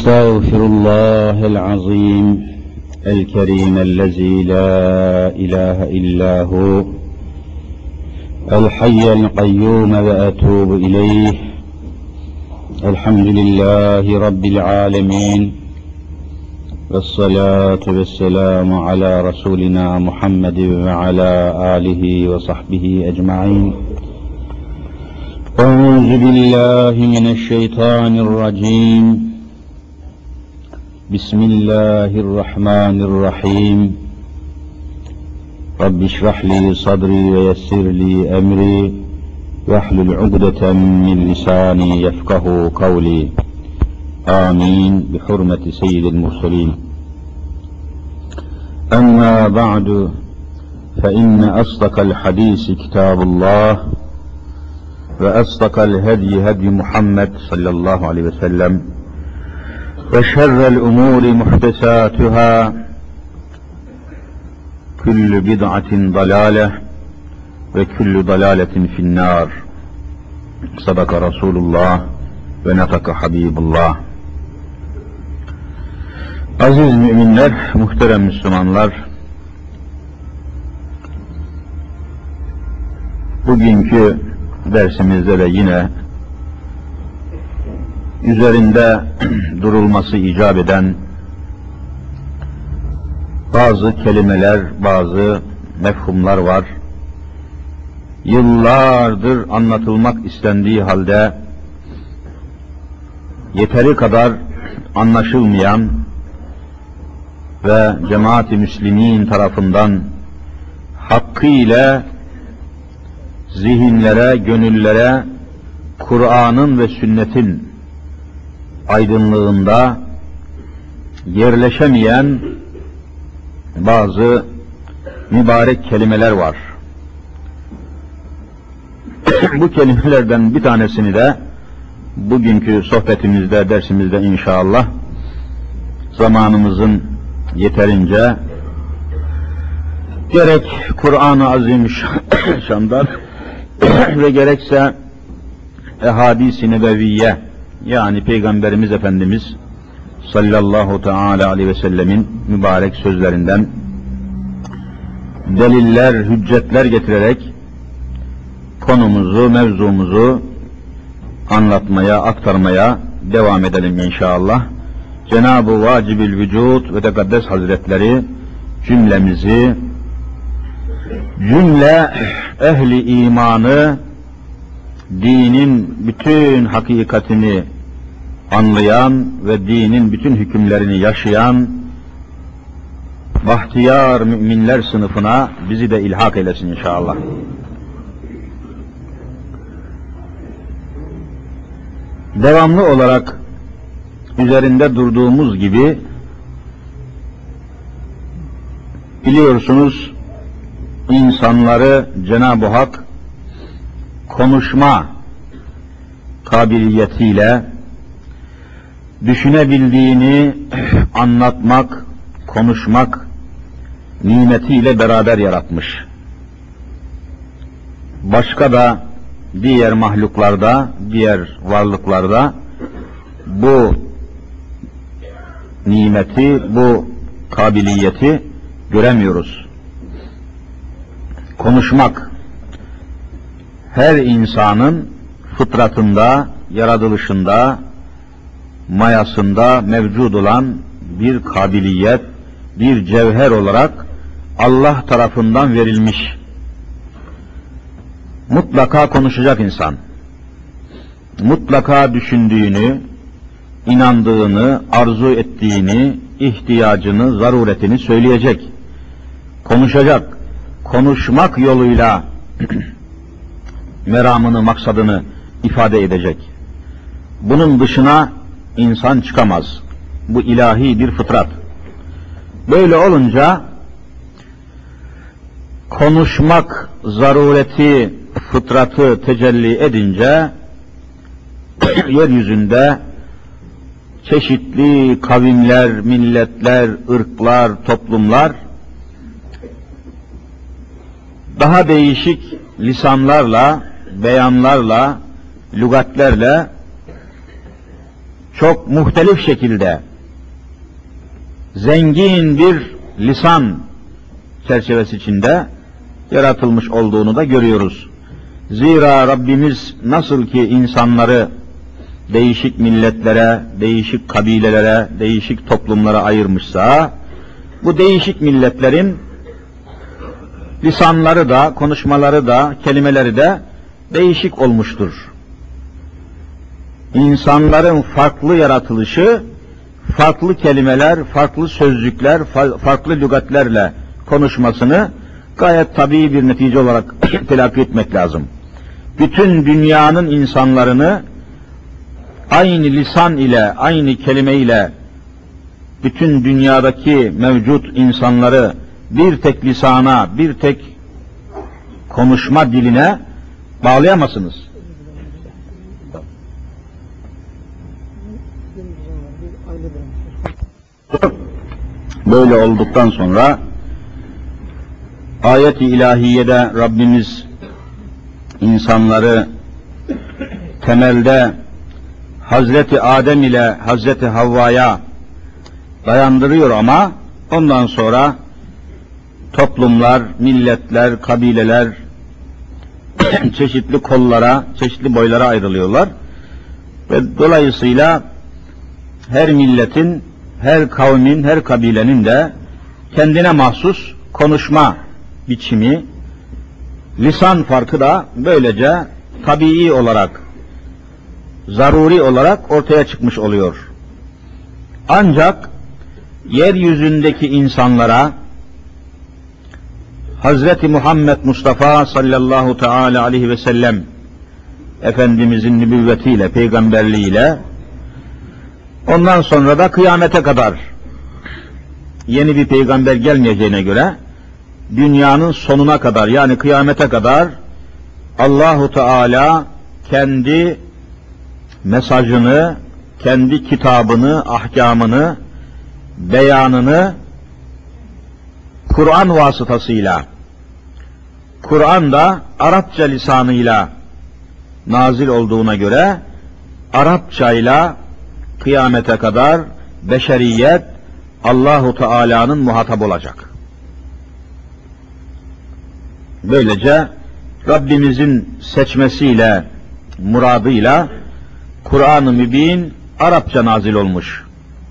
أستغفر الله العظيم الكريم الذي لا إله إلا هو الحي القيوم وأتوب إليه. الحمد لله رب العالمين والصلاة والسلام على رسولنا محمد وعلى آله وصحبه أجمعين. أعوذ بالله من الشيطان الرجيم. بسم الله الرحمن الرحيم. رب اشرح لي صدري ويسر لي أمري واحلل عقدة من لساني يفقه قولي. آمين بحرمة سيد المرسلين. أما بعد، فإن أصدق الحديث كتاب الله، وأصدق الهدي هدي محمد صلى الله عليه وسلم، وشر الأمور محدثاتها، كل بدعة ضلالة وكل ضلالة في النار. صدق رسول الله ونطق حبيب الله. Aziz müminler, muhterem Müslümanlar, bugünkü dersimizde de yine üzerinde durulması icap eden bazı kelimeler, bazı mefhumlar var. Yıllardır anlatılmak istendiği halde yeteri kadar anlaşılmayan ve cemaat-i müslimin tarafından hakkıyla zihinlere, gönüllere Kur'an'ın ve sünnetin aydınlığında yerleşemeyen bazı mübarek kelimeler var. Bu kelimelerden bir tanesini de bugünkü sohbetimizde, dersimizde inşallah zamanımızın yeterince gerek Kur'an-ı Azimüşşan'dan ve gerekse ehadis-i nebeviye, yani Peygamberimiz Efendimiz sallallahu teala aleyhi ve sellemin mübarek sözlerinden deliller, hüccetler getirerek konumuzu, mevzumuzu anlatmaya, aktarmaya devam edelim inşallah. Cenab-ı Vacibül Vücud ve Tekaddes Hazretleri cümlemizi, cümle ehli imanı, dinin bütün hakikatini anlayan ve dinin bütün hükümlerini yaşayan bahtiyar müminler sınıfına bizi de ilhak eylesin inşallah. Devamlı olarak üzerinde durduğumuz gibi biliyorsunuz, insanları Cenab-ı Hak konuşma kabiliyetiyle düşünebildiğini anlatmak, konuşmak nimetiyle beraber yaratmış. Başka da diğer mahluklarda, diğer varlıklarda bu nimeti, bu kabiliyeti göremiyoruz. Konuşmak her insanın fıtratında, yaratılışında, mayasında mevcud olan bir kabiliyet, bir cevher olarak Allah tarafından verilmiş. Mutlaka konuşacak insan. Mutlaka düşündüğünü, inandığını, arzu ettiğini, ihtiyacını, zaruretini söyleyecek. Konuşacak. Konuşmak yoluyla meramını, maksadını ifade edecek. Bunun dışına insan çıkamaz. Bu ilahi bir fıtrat. Böyle olunca konuşmak zarureti, fıtratı tecelli edince yeryüzünde çeşitli kavimler, milletler, ırklar, toplumlar daha değişik lisanlarla, beyanlarla, lügatlerle çok muhtelif şekilde zengin bir lisan çerçevesi içinde yaratılmış olduğunu da görüyoruz. Zira Rabbimiz nasıl ki insanları değişik milletlere, değişik kabilelere, değişik toplumlara ayırmışsa, bu değişik milletlerin lisanları da, konuşmaları da, kelimeleri de değişik olmuştur. İnsanların farklı yaratılışı, farklı kelimeler, farklı sözcükler, farklı lügatlerle konuşmasını gayet tabii bir netice olarak telakki etmek lazım. Bütün dünyanın insanlarını aynı lisan ile, aynı kelime ile bütün dünyadaki mevcut insanları bir tek lisana, bir tek konuşma diline bağlayamazsınız. Böyle olduktan sonra ayet-i ilahiyede Rabbimiz insanları temelde Hazreti Adem ile Hazreti Havva'ya dayandırıyor ama ondan sonra toplumlar, milletler, kabileler çeşitli kollara, çeşitli boylara ayrılıyorlar ve dolayısıyla her milletin, her kavmin, her kabilenin de kendine mahsus konuşma biçimi, lisan farkı da böylece tabii olarak, zaruri olarak ortaya çıkmış oluyor. Ancak yeryüzündeki insanlara Hazreti Muhammed Mustafa sallallahu teala aleyhi ve sellem Efendimizin nübüvvetiyle, peygamberliğiyle, ondan sonra da kıyamete kadar yeni bir peygamber gelmeyeceğine göre dünyanın sonuna kadar, yani kıyamete kadar Allahu Teala kendi mesajını, kendi kitabını, ahkamını, beyanını Kur'an vasıtasıyla, Kur'an da Arapça lisanıyla nazil olduğuna göre Arapçayla kıyamete kadar beşeriyet Allahu Teala'nın muhatap olacak. Böylece Rabbimizin seçmesiyle, muradıyla Kur'an-ı Mübin Arapça nazil olmuş.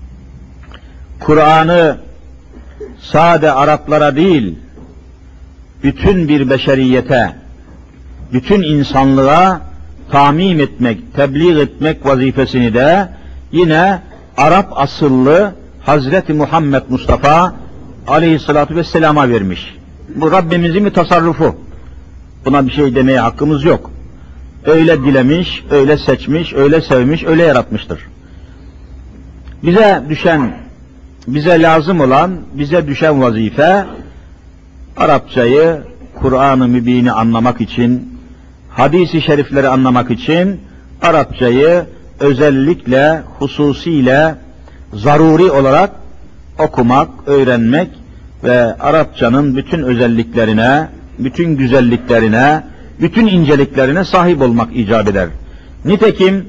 Kur'an'ı sade Araplara değil, bütün bir beşeriyete, bütün insanlığa tamim etmek, tebliğ etmek vazifesini de yine Arap asıllı Hazreti Muhammed Mustafa aleyhissalatu vesselama vermiş. Bu Rabbimizin bir tasarrufu. Buna bir şey demeye hakkımız yok. Öyle dilemiş, öyle seçmiş, öyle sevmiş, öyle yaratmıştır. Bize düşen, bize lazım olan, bize düşen vazife, Arapçayı, Kur'an-ı Mübin'i anlamak için, hadis-i şerifleri anlamak için, Arapçayı özellikle, hususiyle, zaruri olarak okumak, öğrenmek ve Arapçanın bütün özelliklerine, bütün güzelliklerine, bütün inceliklerine sahip olmak icap eder. Nitekim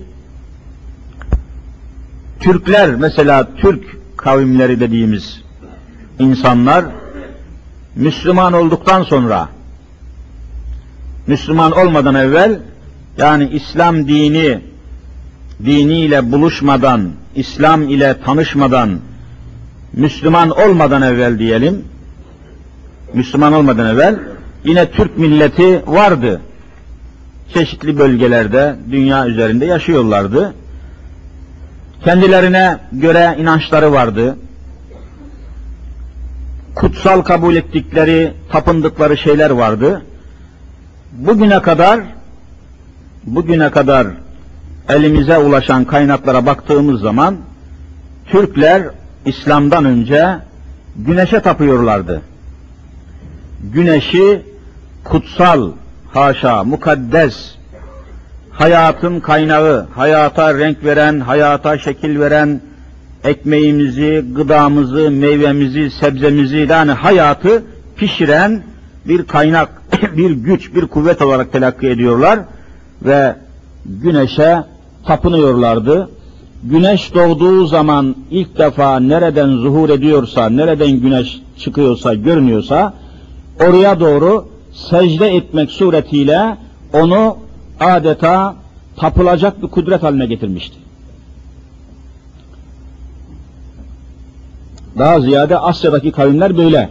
Türkler, mesela Türk kavimleri dediğimiz insanlar Müslüman olduktan sonra, Müslüman olmadan evvel, yani İslam diniyle buluşmadan, İslam ile tanışmadan, Müslüman olmadan evvel diyelim, Müslüman olmadan evvel yine Türk milleti vardı. Çeşitli bölgelerde, dünya üzerinde yaşıyorlardı. Kendilerine göre inançları vardı. Kutsal kabul ettikleri, tapındıkları şeyler vardı. Bugüne kadar elimize ulaşan kaynaklara baktığımız zaman Türkler İslam'dan önce güneşe tapıyorlardı. Güneşi kutsal, haşa, mukaddes, hayatın kaynağı, hayata renk veren, hayata şekil veren, ekmeğimizi, gıdamızı, meyvemizi, sebzemizi, yani hayatı pişiren bir kaynak, bir güç, bir kuvvet olarak telakki ediyorlar ve güneşe tapınıyorlardı. güneş doğduğu zaman ilk defa nereden zuhur ediyorsa, nereden güneş çıkıyorsa, görünüyorsa, oraya doğru secde etmek suretiyle onu adeta tapılacak bir kudret haline getirmişti. Daha ziyade Asya'daki kavimler böyle.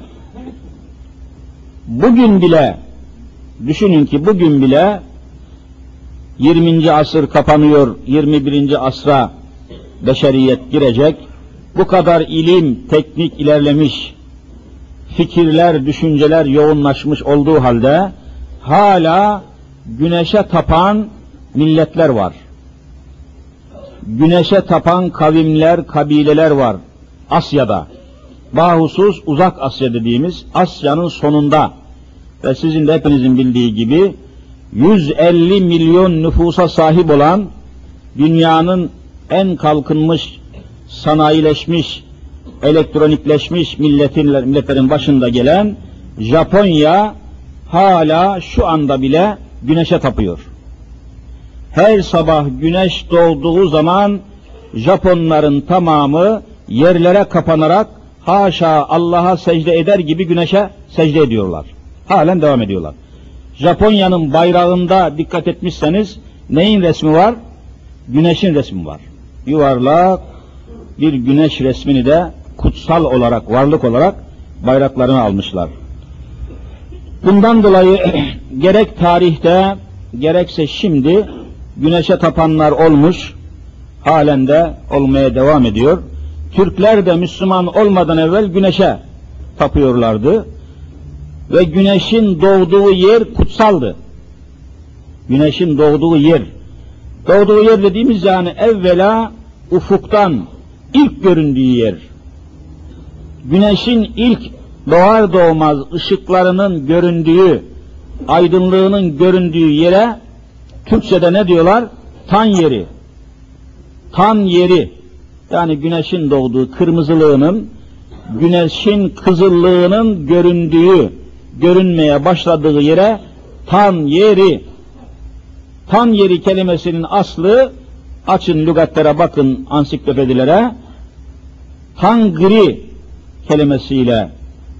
Bugün bile, düşünün ki bugün bile 20. asır kapanıyor, 21. asra beşeriyet girecek. Bu kadar ilim, teknik ilerlemiş, fikirler, düşünceler yoğunlaşmış olduğu halde hala güneşe tapan milletler var. Güneşe tapan kavimler, kabileler var Asya'da. Bahusus Uzak Asya dediğimiz Asya'nın sonunda ve sizin de hepinizin bildiği gibi 150 milyon nüfusa sahip olan dünyanın en kalkınmış, sanayileşmiş, elektronikleşmiş milletlerin başında gelen Japonya hala şu anda bile güneşe tapıyor. Her sabah güneş doğduğu zaman Japonların tamamı yerlere kapanarak haşa Allah'a secde eder gibi güneşe secde ediyorlar. Halen devam ediyorlar. Japonya'nın bayrağında dikkat etmişseniz neyin resmi var? Güneşin resmi var. Yuvarlak bir güneş resmini de kutsal olarak, varlık olarak bayraklarına almışlar. Bundan dolayı gerek tarihte gerekse şimdi güneşe tapanlar olmuş, halen de olmaya devam ediyor. Türkler de Müslüman olmadan evvel güneşe tapıyorlardı ve güneşin doğduğu yer kutsaldı. Güneşin doğduğu yer. Doğduğu yer dediğimiz yani evvela ufuktan ilk göründüğü yer. Güneşin ilk doğar doğmaz ışıklarının göründüğü, aydınlığının göründüğü yere Türkçe'de ne diyorlar? Tan yeri. Tan yeri. Yani güneşin doğduğu kırmızılığının, güneşin kızıllığının göründüğü, görünmeye başladığı yere tan yeri. Tan yeri kelimesinin aslı, açın lügatlere bakın, ansiklopedilere, tangri kelimesiyle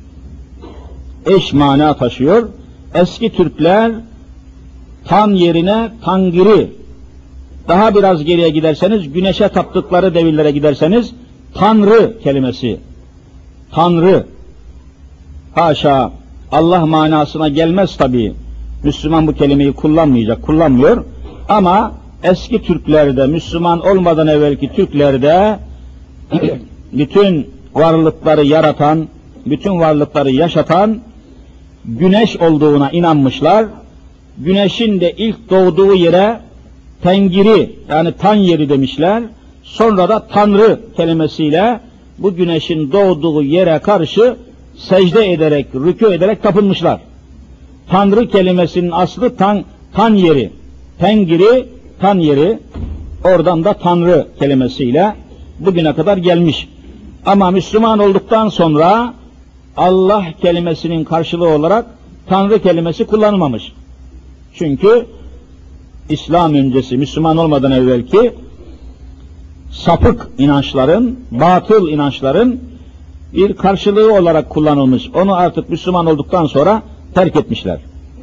eş mana taşıyor. Eski Türkler tan yerine tangri, daha biraz geriye giderseniz, güneşe taptıkları devirlere giderseniz, Tanrı kelimesi, Tanrı, haşa, Allah manasına gelmez tabii. Müslüman bu kelimeyi kullanmıyor. Ama eski Türklerde, Müslüman olmadan evvelki Türklerde bütün varlıkları yaratan, bütün varlıkları yaşatan güneş olduğuna inanmışlar. Güneşin de ilk doğduğu yere Tengiri, yani tan yeri demişler. Sonra da Tanrı kelimesiyle bu güneşin doğduğu yere karşı secde ederek, rükû ederek tapınmışlar. Tanrı kelimesinin aslı tan yeri. Tengiri, tan yeri. Oradan da Tanrı kelimesiyle bugüne kadar gelmiş. Ama Müslüman olduktan sonra Allah kelimesinin karşılığı olarak Tanrı kelimesi kullanılmamış. Çünkü İslam öncesi, Müslüman olmadan evvelki sapık inançların, batıl inançların bir karşılığı olarak kullanılmış. Onu artık Müslüman olduktan sonra terk etmişler.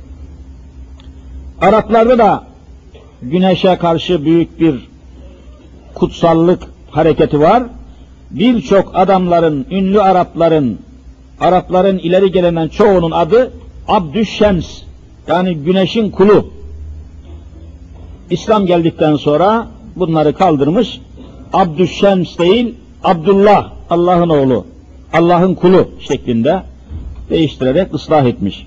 Araplarda da güneşe karşı büyük bir kutsallık hareketi var. Birçok adamların, ünlü Arapların ileri gelenen çoğunun adı Abdüşşems, yani güneşin kulu. İslam geldikten sonra bunları kaldırmış, Abdüşşems değil, Abdullah, Allah'ın oğlu, Allah'ın kulu şeklinde değiştirerek ıslah etmiş.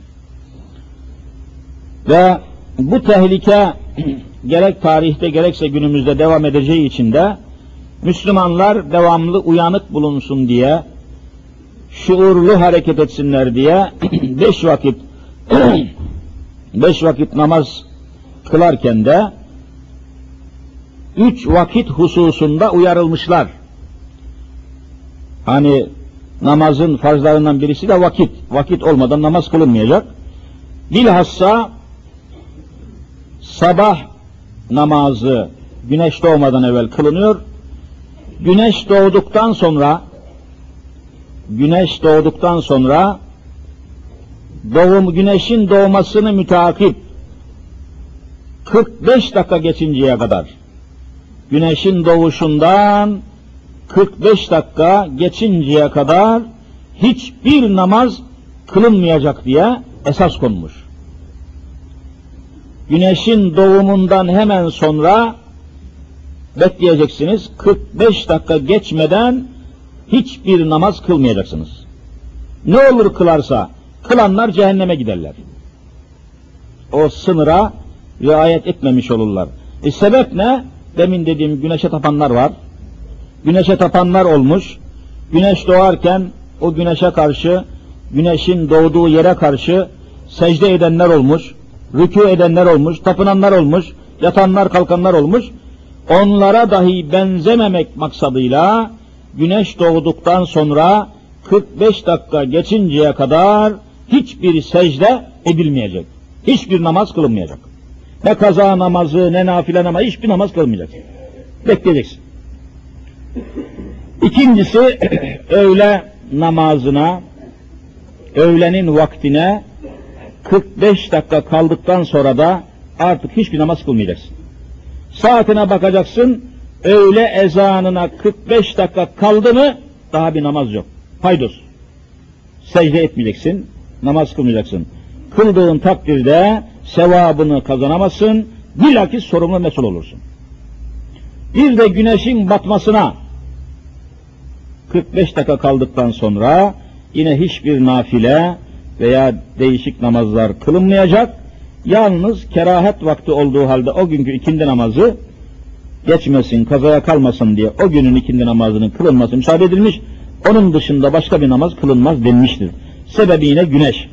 Ve bu tehlike gerek tarihte gerekse günümüzde devam edeceği için de Müslümanlar devamlı uyanık bulunsun diye, şuurlu hareket etsinler diye 5 vakit namaz kılarken de 3 vakit hususunda uyarılmışlar. Hani namazın farzlarından birisi de vakit. Vakit olmadan namaz kılınmayacak. Bilhassa sabah namazı güneş doğmadan evvel kılınıyor. güneş doğduktan sonra güneşin doğmasını müteakip 45 dakika geçinceye kadar, güneşin doğuşundan 45 dakika geçinceye kadar hiçbir namaz kılınmayacak diye esas konmuş. Güneşin doğumundan hemen sonra bekleyeceksiniz. 45 dakika geçmeden hiçbir namaz kılmayacaksınız. Ne olur kılarsa, kılanlar cehenneme giderler. O sınıra riayet etmemiş olurlar. Sebep ne? Demin dediğim güneşe tapanlar var. Güneşe tapanlar olmuş. Güneş doğarken o güneşe karşı, güneşin doğduğu yere karşı secde edenler olmuş, rükû edenler olmuş, tapınanlar olmuş, yatanlar kalkanlar olmuş. Onlara dahi benzememek maksadıyla güneş doğduktan sonra 45 dakika geçinceye kadar hiçbir secde edilmeyecek. Hiçbir namaz kılınmayacak. Ne kaza namazı, ne nafile namazı, hiçbir namaz kılınmayacak. Bekleyeceksin. İkincisi, öğle namazına, öğlenin vaktine 45 dakika kaldıktan sonra da artık hiçbir namaz kılmayacaksın. Saatine bakacaksın, öğle ezanına 45 dakika kaldı mı daha bir namaz yok. Paydos. Secde etmeyeceksin, namaz kılmayacaksın. Kıldığın takdirde sevabını kazanamazsın, bilakis sorumlu mesul olursun. Bir de güneşin batmasına 45 dakika kaldıktan sonra yine hiçbir nafile veya değişik namazlar kılınmayacak. Yalnız kerahet vakti olduğu halde o günkü ikindi namazı geçmesin, kazaya kalmasın diye o günün ikindi namazının kılınması müsaade edilmiş. Onun dışında başka bir namaz kılınmaz denmiştir. Sebebi yine güneş.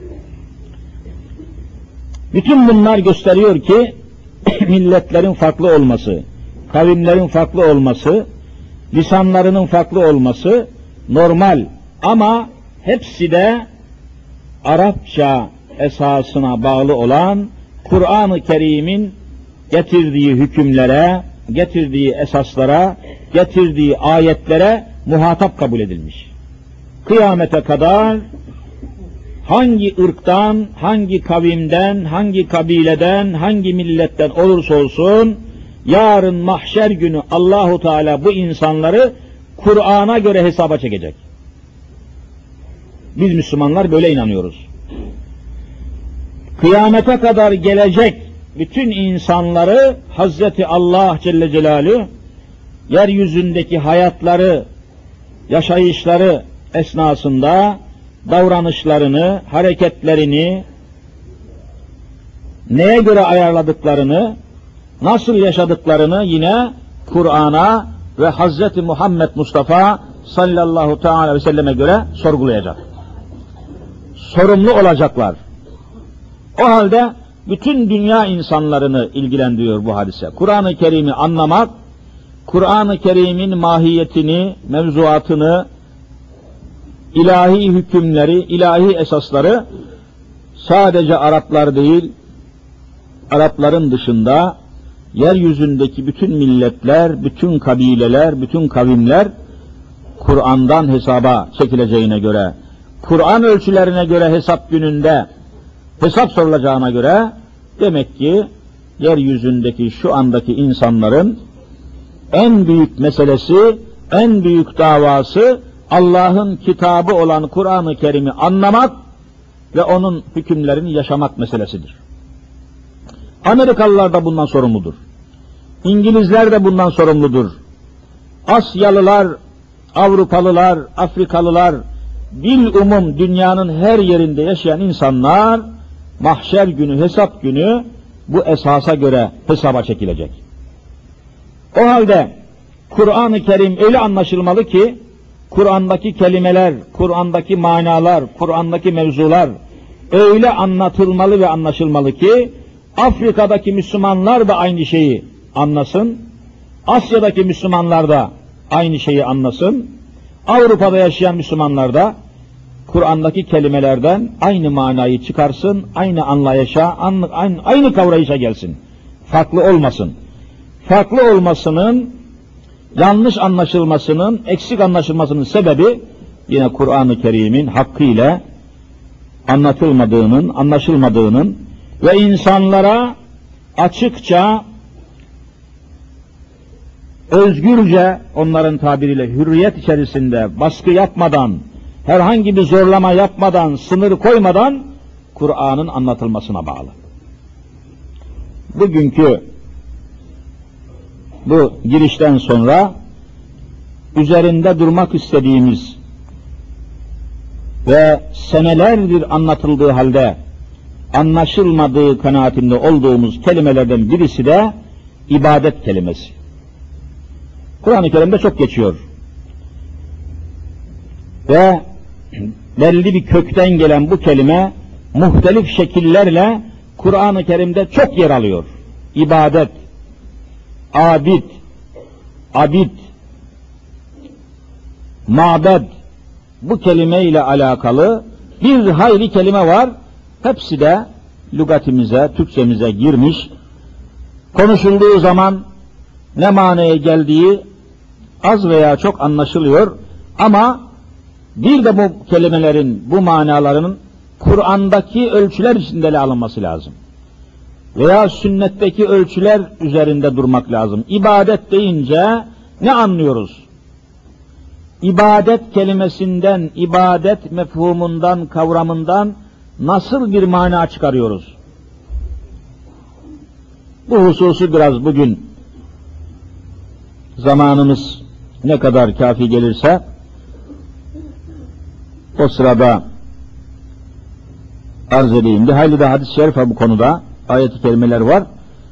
Bütün bunlar gösteriyor ki milletlerin farklı olması, kavimlerin farklı olması, lisanlarının farklı olması normal ama hepsi de Arapça esasına bağlı olan Kur'an-ı Kerim'in getirdiği hükümlere, getirdiği esaslara, getirdiği ayetlere muhatap kabul edilmiş. Kıyamete kadar hangi ırktan, hangi kavimden, hangi kabileden, hangi milletten olursa olsun yarın mahşer günü Allahu Teala bu insanları Kur'an'a göre hesaba çekecek. Biz Müslümanlar böyle inanıyoruz. Kıyamete kadar gelecek bütün insanları Hazreti Allah Celle Celaluhu yeryüzündeki hayatları, yaşayışları esnasında davranışlarını, hareketlerini neye göre ayarladıklarını, nasıl yaşadıklarını yine Kur'an'a ve Hazreti Muhammed Mustafa sallallahu teala aleyhi ve selleme göre sorgulayacak. Sorumlu olacaklar. O halde bütün dünya insanlarını ilgilendiriyor bu hadise. Kur'an-ı Kerim'i anlamak, Kur'an-ı Kerim'in mahiyetini, mevzuatını, ilahi hükümleri, ilahi esasları sadece Araplar değil, Arapların dışında yeryüzündeki bütün milletler, bütün kabileler, bütün kavimler Kur'an'dan hesaba çekileceğine göre, Kur'an ölçülerine göre hesap gününde hesap sorulacağına göre demek ki yeryüzündeki şu andaki insanların en büyük meselesi, en büyük davası Allah'ın kitabı olan Kur'an-ı Kerim'i anlamak ve onun hükümlerini yaşamak meselesidir. Amerikalılar da bundan sorumludur. İngilizler de bundan sorumludur. Asyalılar, Avrupalılar, Afrikalılar, bilumum dünyanın her yerinde yaşayan insanlar mahşer günü, hesap günü bu esasa göre hesaba çekilecek. O halde Kur'an-ı Kerim öyle anlaşılmalı ki Kur'an'daki kelimeler, Kur'an'daki manalar, Kur'an'daki mevzular öyle anlatılmalı ve anlaşılmalı ki Afrika'daki Müslümanlar da aynı şeyi anlasın, Asya'daki Müslümanlar da aynı şeyi anlasın, Avrupa'da yaşayan Müslümanlar da Kur'an'daki kelimelerden aynı manayı çıkarsın, aynı anlayışa, aynı kavrayışa gelsin. Farklı olmasın. Farklı olmasının yanlış anlaşılmasının, eksik anlaşılmasının sebebi yine Kur'an-ı Kerim'in hakkıyla anlatılmadığının, anlaşılmadığının ve insanlara açıkça, özgürce, onların tabiriyle hürriyet içerisinde baskı yapmadan, herhangi bir zorlama yapmadan, sınır koymadan Kur'an'ın anlatılmasına bağlı. Bugünkü bu girişten sonra üzerinde durmak istediğimiz ve senelerdir anlatıldığı halde anlaşılmadığı kanaatinde olduğumuz kelimelerden birisi de ibadet kelimesi. Kur'an-ı Kerim'de çok geçiyor. Ve belli bir kökten gelen bu kelime muhtelif şekillerle Kur'an-ı Kerim'de çok yer alıyor. İbadet, abid, mabed, bu kelime ile alakalı bir hayli kelime var. Hepsi de lügatimize, Türkçemize girmiş. Konuşulduğu zaman ne manaya geldiği az veya çok anlaşılıyor. Ama bir de bu kelimelerin, bu manalarının Kur'an'daki ölçüler içinde ele alınması lazım. Veya sünnetteki ölçüler üzerinde durmak lazım. İbadet deyince ne anlıyoruz? İbadet kelimesinden, ibadet mefhumundan, kavramından nasıl bir mana çıkarıyoruz? Bu hususu biraz bugün zamanımız ne kadar kafi gelirse o sırada arz edeyim. Bir hayli de hadis-i şerif bu konuda, ayet-i kerimeler var.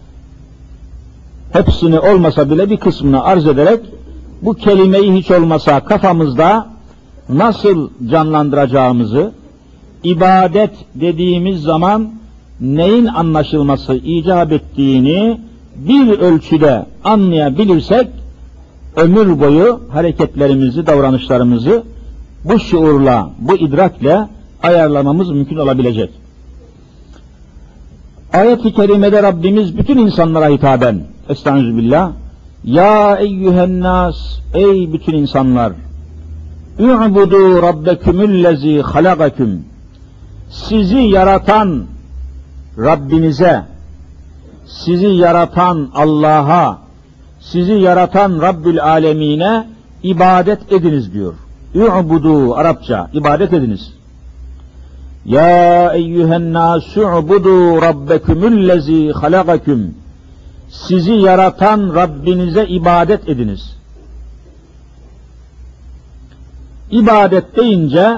Hepsini olmasa bile bir kısmını arz ederek bu kelimeyi hiç olmasa kafamızda nasıl canlandıracağımızı, ibadet dediğimiz zaman neyin anlaşılması icap ettiğini bir ölçüde anlayabilirsek ömür boyu hareketlerimizi, davranışlarımızı bu şuurla, bu idrakle ayarlamamız mümkün olabilecek. Ayet-i kerimede Rabbimiz bütün insanlara hitaben, estağfirullah, ya eyyühennâs, ey bütün insanlar, ü'budu rabbekümüllezî halagaküm, sizi yaratan Rabbinize, sizi yaratan Allah'a, sizi yaratan Rabbül Alemine ibadet ediniz diyor. Ü'budu, Arapça, ibadet ediniz. Ya eyyühennâs'u'budu rabbekümüllezî halagaküm, sizi yaratan Rabbinize ibadet ediniz. İbadet deyince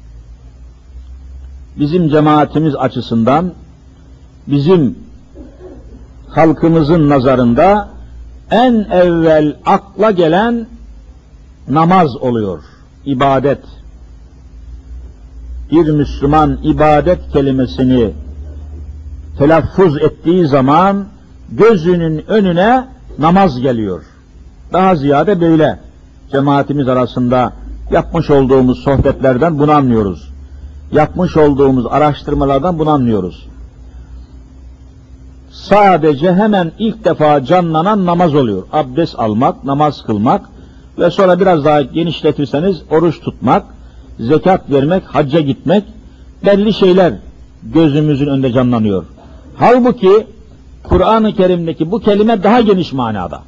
bizim cemaatimiz açısından, bizim halkımızın nazarında en evvel akla gelen namaz oluyor. İbadet. Bir Müslüman ibadet kelimesini telaffuz ettiği zaman gözünün önüne namaz geliyor. Daha ziyade böyle cemaatimiz arasında yapmış olduğumuz sohbetlerden bunu anlıyoruz. Yapmış olduğumuz araştırmalardan bunu anlıyoruz. Sadece hemen ilk defa canlanan namaz oluyor. Abdest almak, namaz kılmak ve sonra biraz daha genişletirseniz oruç tutmak, zekat vermek, hacca gitmek, belli şeyler gözümüzün önünde canlanıyor. Halbuki Kur'an-ı Kerim'deki bu kelime daha geniş manada.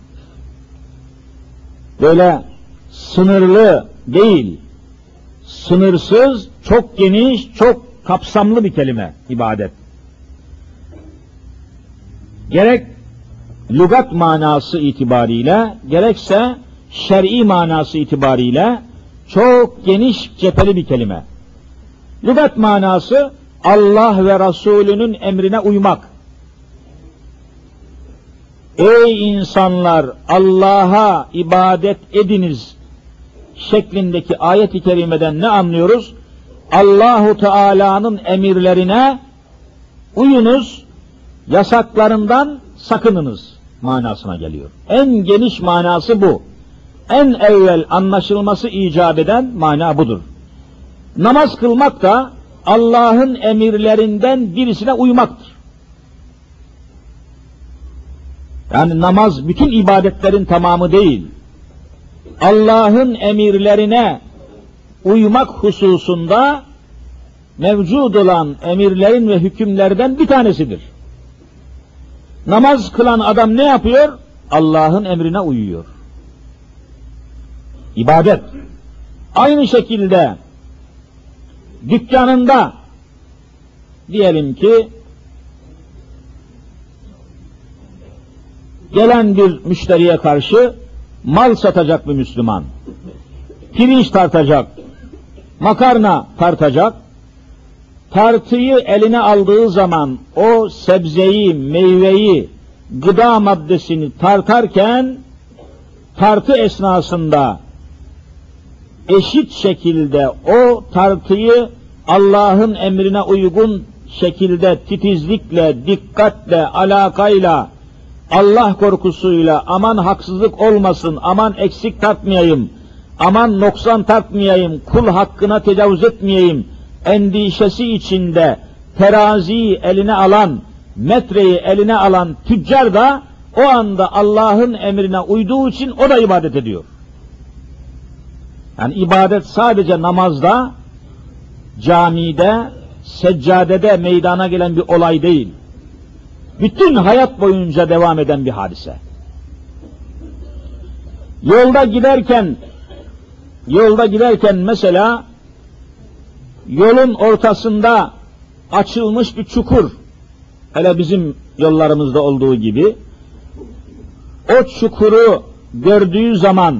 Böyle sınırlı değil, sınırsız, çok geniş, çok kapsamlı bir kelime ibadet. Gerek lügat manası itibariyle, gerekse şer'i manası itibariyle çok geniş cepheli bir kelime. Lügat manası Allah ve Resulünün emrine uymak. Ey insanlar, Allah'a ibadet ediniz şeklindeki ayet-i kerimeden ne anlıyoruz? Allahu Teala'nın emirlerine uyunuz, yasaklarından sakınınız manasına geliyor. En geniş manası bu. En evvel anlaşılması icap eden mana budur. Namaz kılmak da Allah'ın emirlerinden birisine uymaktır. Yani namaz bütün ibadetlerin tamamı değil. Allah'ın emirlerine uymak hususunda mevcud olan emirlerin ve hükümlerden bir tanesidir. Namaz kılan adam ne yapıyor? Allah'ın emrine uyuyor. İbadet. Aynı şekilde dükkanında diyelim ki gelen bir müşteriye karşı mal satacak bir Müslüman. Pirinç tartacak, makarna tartacak. Tartıyı eline aldığı zaman o sebzeyi, meyveyi, gıda maddesini tartarken tartı esnasında eşit şekilde o tartıyı Allah'ın emrine uygun şekilde titizlikle, dikkatle, alakayla, Allah korkusuyla, aman haksızlık olmasın, aman eksik tartmayayım, aman noksan tartmayayım, kul hakkına tecavüz etmeyeyim endişesi içinde teraziyi eline alan, metreyi eline alan tüccar da o anda Allah'ın emrine uyduğu için o da ibadet ediyor. Yani ibadet sadece namazda, camide, seccadede meydana gelen bir olay değil. Bütün hayat boyunca devam eden bir hadise. Yolda giderken mesela yolun ortasında açılmış bir çukur, hele bizim yollarımızda olduğu gibi, o çukuru gördüğü zaman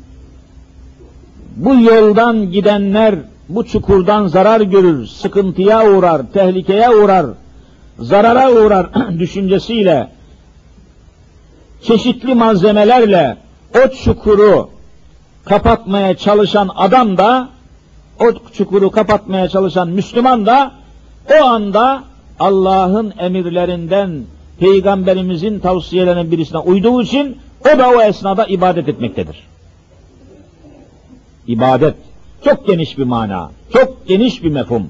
bu yoldan gidenler bu çukurdan zarar görür, sıkıntıya uğrar, tehlikeye uğrar, zarara uğrar düşüncesiyle çeşitli malzemelerle o çukuru kapatmaya çalışan adam da, o çukuru kapatmaya çalışan Müslüman da o anda Allah'ın emirlerinden, Peygamberimizin tavsiyelerinin birisine uyduğu için o da o esnada ibadet etmektedir. İbadet çok geniş bir mana, çok geniş bir mefhum.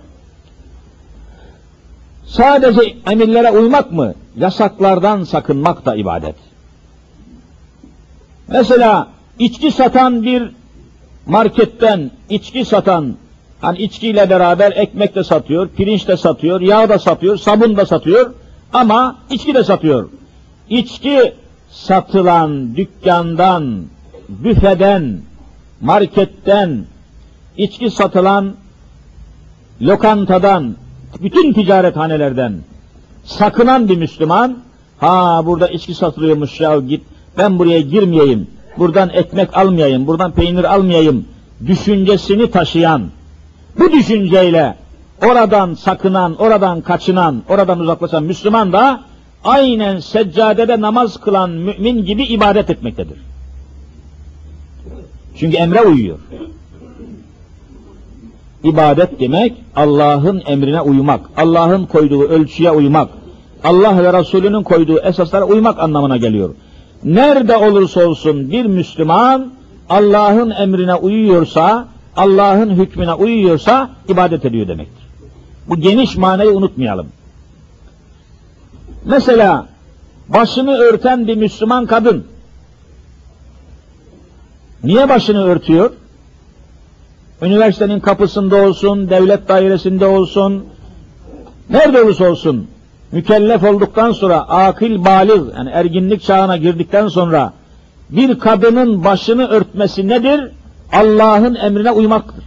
Sadece emirlere uymak mı? Yasaklardan sakınmak da ibadet. Mesela içki satan bir marketten içki satan, hani içkiyle beraber ekmek de satıyor, pirinç de satıyor, yağ da satıyor, sabun da satıyor ama içki de satıyor. İçki satılan dükkandan, büfeden, marketten, içki satılan lokantadan, bütün ticarethanelerden sakınan bir Müslüman, burada içki satılıyormuş ya, git ben buraya girmeyeyim, buradan ekmek almayayım, buradan peynir almayayım düşüncesini taşıyan, bu düşünceyle oradan sakınan, oradan kaçınan, oradan uzaklaşan Müslüman da aynen seccadede namaz kılan mümin gibi ibadet etmektedir. Çünkü emre uyuyor. İbadet demek Allah'ın emrine uymak, Allah'ın koyduğu ölçüye uymak, Allah ve Resulünün koyduğu esaslara uymak anlamına geliyor. Nerede olursa olsun bir Müslüman Allah'ın emrine uyuyorsa, Allah'ın hükmüne uyuyorsa ibadet ediyor demektir. Bu geniş manayı unutmayalım. Mesela başını örten bir Müslüman kadın niye başını örtüyor? Üniversitenin kapısında olsun, devlet dairesinde olsun, nerede olursa olsun, mükellef olduktan sonra, akıl bâlig, yani erginlik çağına girdikten sonra bir kadının başını örtmesi nedir? Allah'ın emrine uymaktır.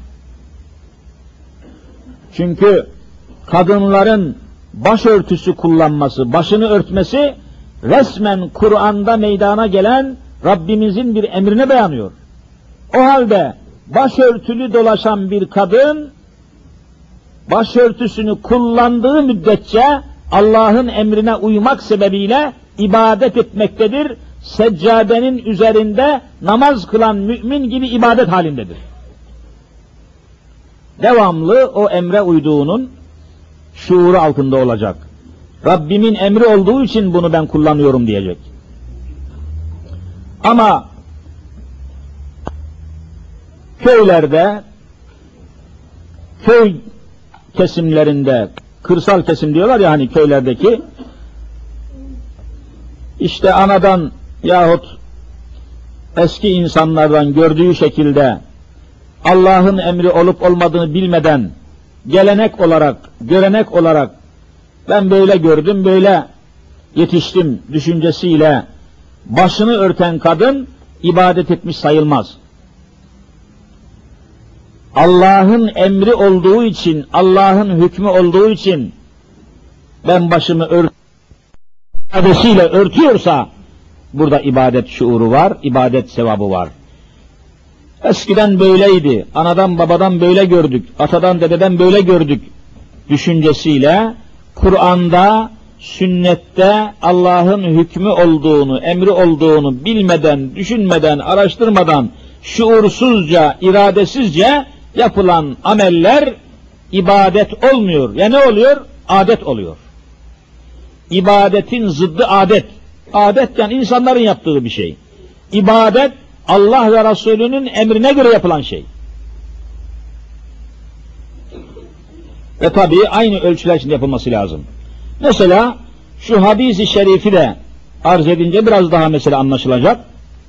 Çünkü kadınların başörtüsü kullanması, başını örtmesi resmen Kur'an'da meydana gelen Rabbimizin bir emrine dayanıyor. O halde başörtülü dolaşan bir kadın başörtüsünü kullandığı müddetçe Allah'ın emrine uymak sebebiyle ibadet etmektedir. Seccadenin üzerinde namaz kılan mümin gibi ibadet halindedir. Devamlı o emre uyduğunun şuuru altında olacak. Rabbimin emri olduğu için bunu ben kullanıyorum diyecek. Ama köylerde, köy kesimlerinde, kırsal kesim diyorlar ya hani köylerdeki, işte anadan yahut eski insanlardan gördüğü şekilde Allah'ın emri olup olmadığını bilmeden gelenek olarak, görenek olarak ben böyle gördüm, böyle yetiştim düşüncesiyle başını örten kadın ibadet etmiş sayılmaz. Allah'ın emri olduğu için, Allah'ın hükmü olduğu için ben başımı iradesiyle örtüyorsa burada ibadet şuuru var, ibadet sevabı var. Eskiden böyleydi, anadan babadan böyle gördük, atadan dededen böyle gördük düşüncesiyle Kur'an'da, sünnette Allah'ın hükmü olduğunu, emri olduğunu bilmeden, düşünmeden, araştırmadan, şuursuzca, iradesizce yapılan ameller ibadet olmuyor. Ya ne oluyor? Adet oluyor. İbadetin zıddı adet. Adet yani insanların yaptığı bir şey. İbadet Allah ve Resulünün emrine göre yapılan şey. Ve tabii aynı ölçüler içinde yapılması lazım. Mesela şu hadis-i şerifi de arz edince biraz daha mesele anlaşılacak.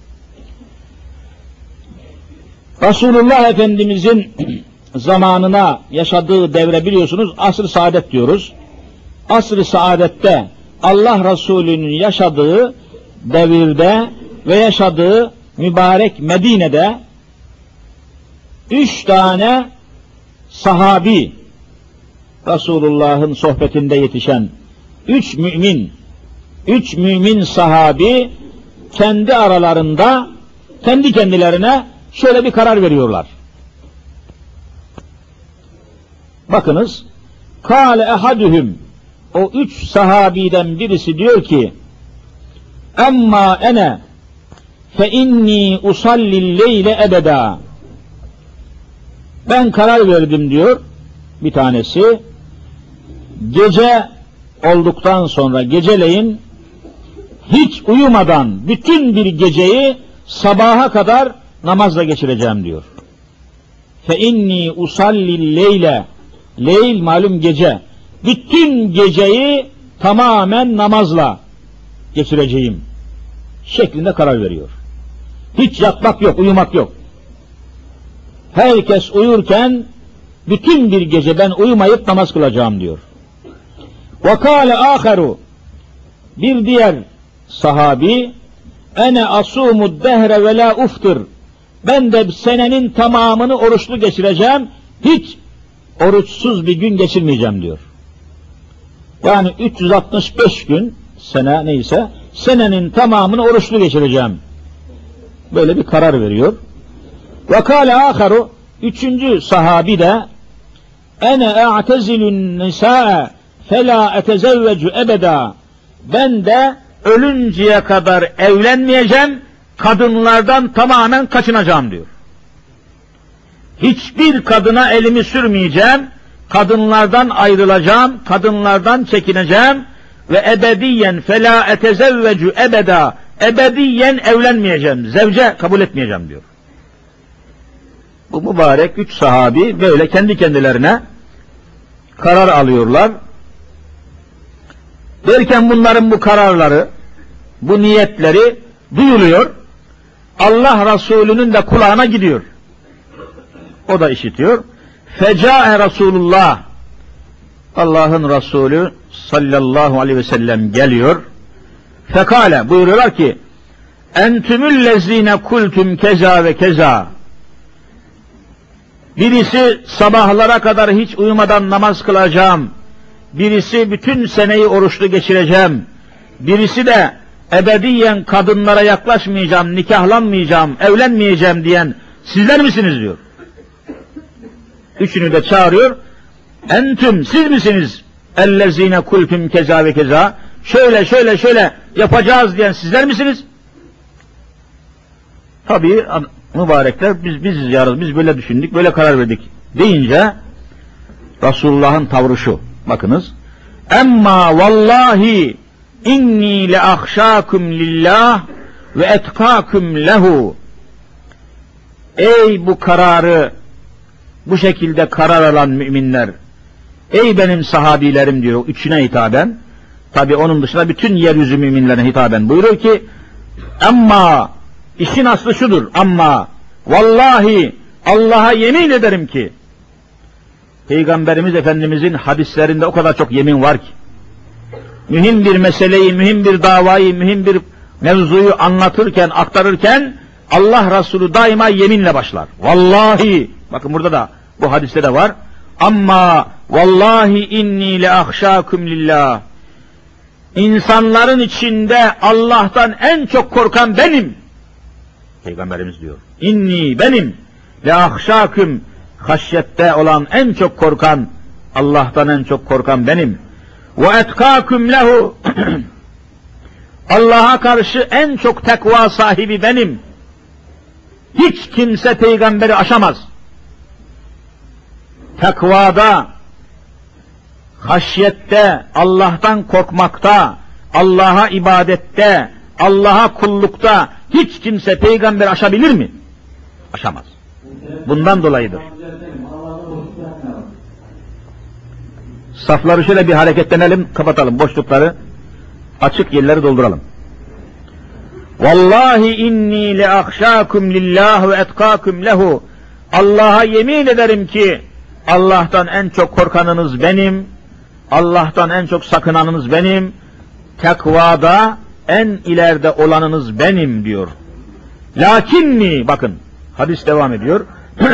Resulullah Efendimizin zamanına yaşadığı devre biliyorsunuz asr-ı saadet diyoruz. Asr-ı saadette Allah Resulü'nün yaşadığı devirde ve yaşadığı mübarek Medine'de 3 tane sahabi, Resulullah'ın sohbetinde yetişen 3 mümin sahabi kendi aralarında kendi kendilerine şöyle bir karar veriyorlar. Bakınız, kâle ehaduhum, o 3 sahabiden birisi diyor ki, emma ene fe inni usallil leyle ebeda. Ben karar verdim diyor bir tanesi, gece olduktan sonra geceleyin hiç uyumadan bütün bir geceyi sabaha kadar namazla geçireceğim diyor. Fe inni usallil leyle, leyl malum gece, bütün geceyi tamamen namazla geçireceğim şeklinde karar veriyor. Hiç yatmak yok, uyumak yok. Herkes uyurken bütün bir gece ben uyumayıp namaz kılacağım diyor. وَقَالَ آخَرُ, bir diğer sahabi, ene asumu dehre ve la uftir, ben de senenin tamamını oruçlu geçireceğim, hiç oruçsuz bir gün geçirmeyeceğim diyor. Yani 365 gün, sene neyse, senenin tamamını oruçlu geçireceğim. Böyle bir karar veriyor. وَقَالَ آخَرُ, üçüncü sahabi de, ene a'tezilun nisa'e فَلَا اَتَزَوَّجُ ebeda, ben de ölünceye kadar evlenmeyeceğim, kadınlardan tamamen kaçınacağım diyor. Hiçbir kadına elimi sürmeyeceğim, kadınlardan ayrılacağım, kadınlardan çekineceğim ve ebediyen فَلَا اَتَزَوَّجُ ebeda, ebediyen evlenmeyeceğim, zevce kabul etmeyeceğim diyor. Bu mübarek 3 sahabi böyle kendi kendilerine karar alıyorlar. Derken bunların bu kararları, bu niyetleri duyuluyor. Allah Resulü'nün de kulağına gidiyor. O da işitiyor. Fecae Resulullah, Allah'ın Resulü sallallahu aleyhi ve sellem geliyor. Fekale, buyuruyorlar ki, entümüllezine kultum keza ve keza. Birisi sabahlara kadar hiç uyumadan namaz kılacağım, birisi bütün seneyi oruçlu geçireceğim, birisi de ebediyen kadınlara yaklaşmayacağım, nikahlanmayacağım, evlenmeyeceğim diyen sizler misiniz diyor. Üçünü de çağırıyor. Entüm, siz misiniz? Ellezine kultum keza ve keza. Şöyle yapacağız diyen sizler misiniz? Tabii mübarekler biziz yarız, biz böyle düşündük, böyle karar verdik deyince Resulullah'ın tavrı şu. Bakınız. Emma vallahi inni le ahşakum lillah ve etkakum lehu. Ey bu kararı bu şekilde karar alan müminler, ey benim sahabilerim diyor üçüne hitaben. Tabi onun dışında bütün yeryüzü müminlerine hitaben buyuruyor ki, emma işin aslı şudur. Ama vallahi Allah'a yemin ederim ki, Peygamberimiz Efendimizin hadislerinde o kadar çok yemin var ki, mühim bir meseleyi, mühim bir davayı, mühim bir mevzuyu anlatırken, aktarırken Allah Resulü daima yeminle başlar. Vallahi, bakın burada da bu hadiste de var. Amma vallahi inni le ahşakum lillah. İnsanların içinde Allah'tan en çok korkan benim. Peygamberimiz diyor. İnni, benim le ahşakum, haşyette olan, en çok korkan, Allah'tan en çok korkan benim. Ve etkâküm lehu, Allah'a karşı en çok tekva sahibi benim. Hiç kimse peygamberi aşamaz. Tekvada, haşyette, Allah'tan korkmakta, Allah'a ibadette, Allah'a kullukta hiç kimse peygamberi aşabilir mi? Aşamaz. Bundan dolayıdır. Safları şöyle bir hareketlenelim, kapatalım boşlukları, açık yerleri dolduralım. Vallahi inni le ahşakum lillah ve etkâkum lehu. Allah'a yemin ederim ki Allah'tan en çok korkanınız benim, Allah'tan en çok sakınanınız benim, tekvada en ileride olanınız benim diyor. Lakinni, bakın hadis devam ediyor.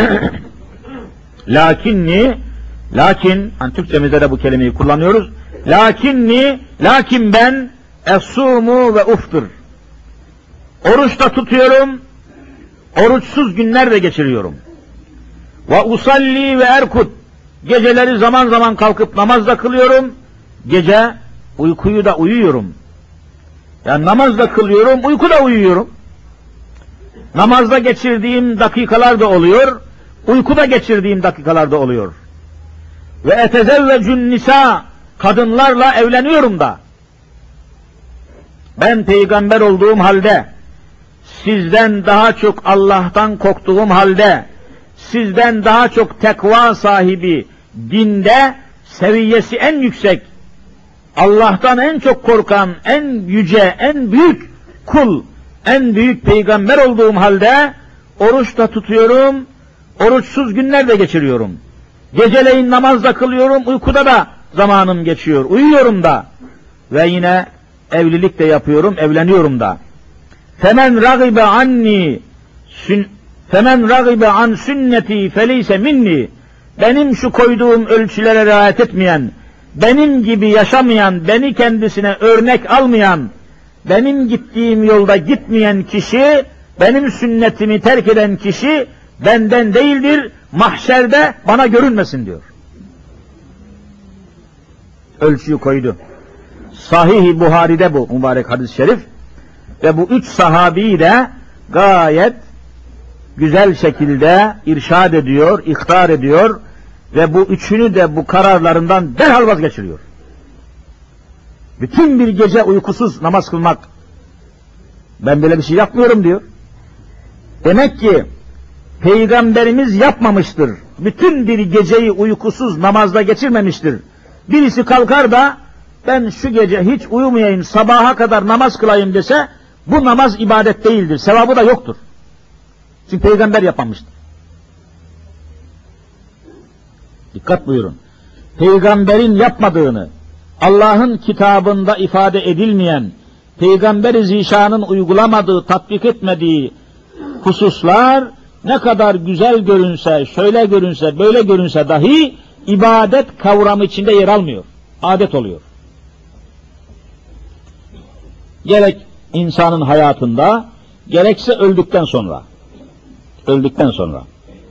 Lakinni, lakin, hani Türkçemizde de bu kelimeyi kullanıyoruz. Lakinni, lakin ben esumu ve uftur. Oruç da tutuyorum, oruçsuz günler de geçiriyorum. Ve usalli ve erkud. Geceleri zaman zaman kalkıp namaz da kılıyorum, gece uykuyu da uyuyorum. Yani namaz da kılıyorum, uyku da uyuyorum. Namazda geçirdiğim dakikalar da oluyor, uykuda geçirdiğim dakikalar da oluyor. Ve etezevvecun nisa, kadınlarla evleniyorum da. Ben peygamber olduğum halde, sizden daha çok Allah'tan korktuğum halde, sizden daha çok tekva sahibi, dinde seviyesi en yüksek, Allah'tan en çok korkan, en yüce, en büyük kul, en büyük peygamber olduğum halde oruç da tutuyorum, oruçsuz günler de geçiriyorum. Geceleyin namaz da kılıyorum, uykuda da zamanım geçiyor, uyuyorum da ve yine evlilik de yapıyorum, evleniyorum da. Femen ragibe anni, femen ragibe an sünneti feleyse minni. Benim şu koyduğum ölçülere riayet etmeyen, benim gibi yaşamayan, beni kendisine örnek almayan, benim gittiğim yolda gitmeyen kişi, benim sünnetimi terk eden kişi benden değildir, mahşerde bana görünmesin diyor. Ölçüyü koydu. Sahih-i Buhari'de bu mübarek hadis-i şerif ve bu 3 sahabiyi de gayet güzel şekilde irşad ediyor, ihtar ediyor ve bu üçünü de bu kararlarından derhal vazgeçiriyor. Bütün bir gece uykusuz namaz kılmak, ben böyle bir şey yapmıyorum diyor. Demek ki Peygamberimiz yapmamıştır. Bütün bir geceyi uykusuz namazda geçirmemiştir. Birisi kalkar da ben şu gece hiç uyumayayım, sabaha kadar namaz kılayım dese, bu namaz ibadet değildir, sevabı da yoktur. Çünkü peygamber yapmamıştır. Dikkat buyurun. Peygamberin yapmadığını, Allah'ın kitabında ifade edilmeyen, Peygamber-i Zişan'ın uygulamadığı, tatbik etmediği hususlar ne kadar güzel görünse, şöyle görünse, böyle görünse dahi ibadet kavramı içinde yer almıyor. Adet oluyor. Gerek insanın hayatında, gerekse öldükten sonra. Öldükten sonra.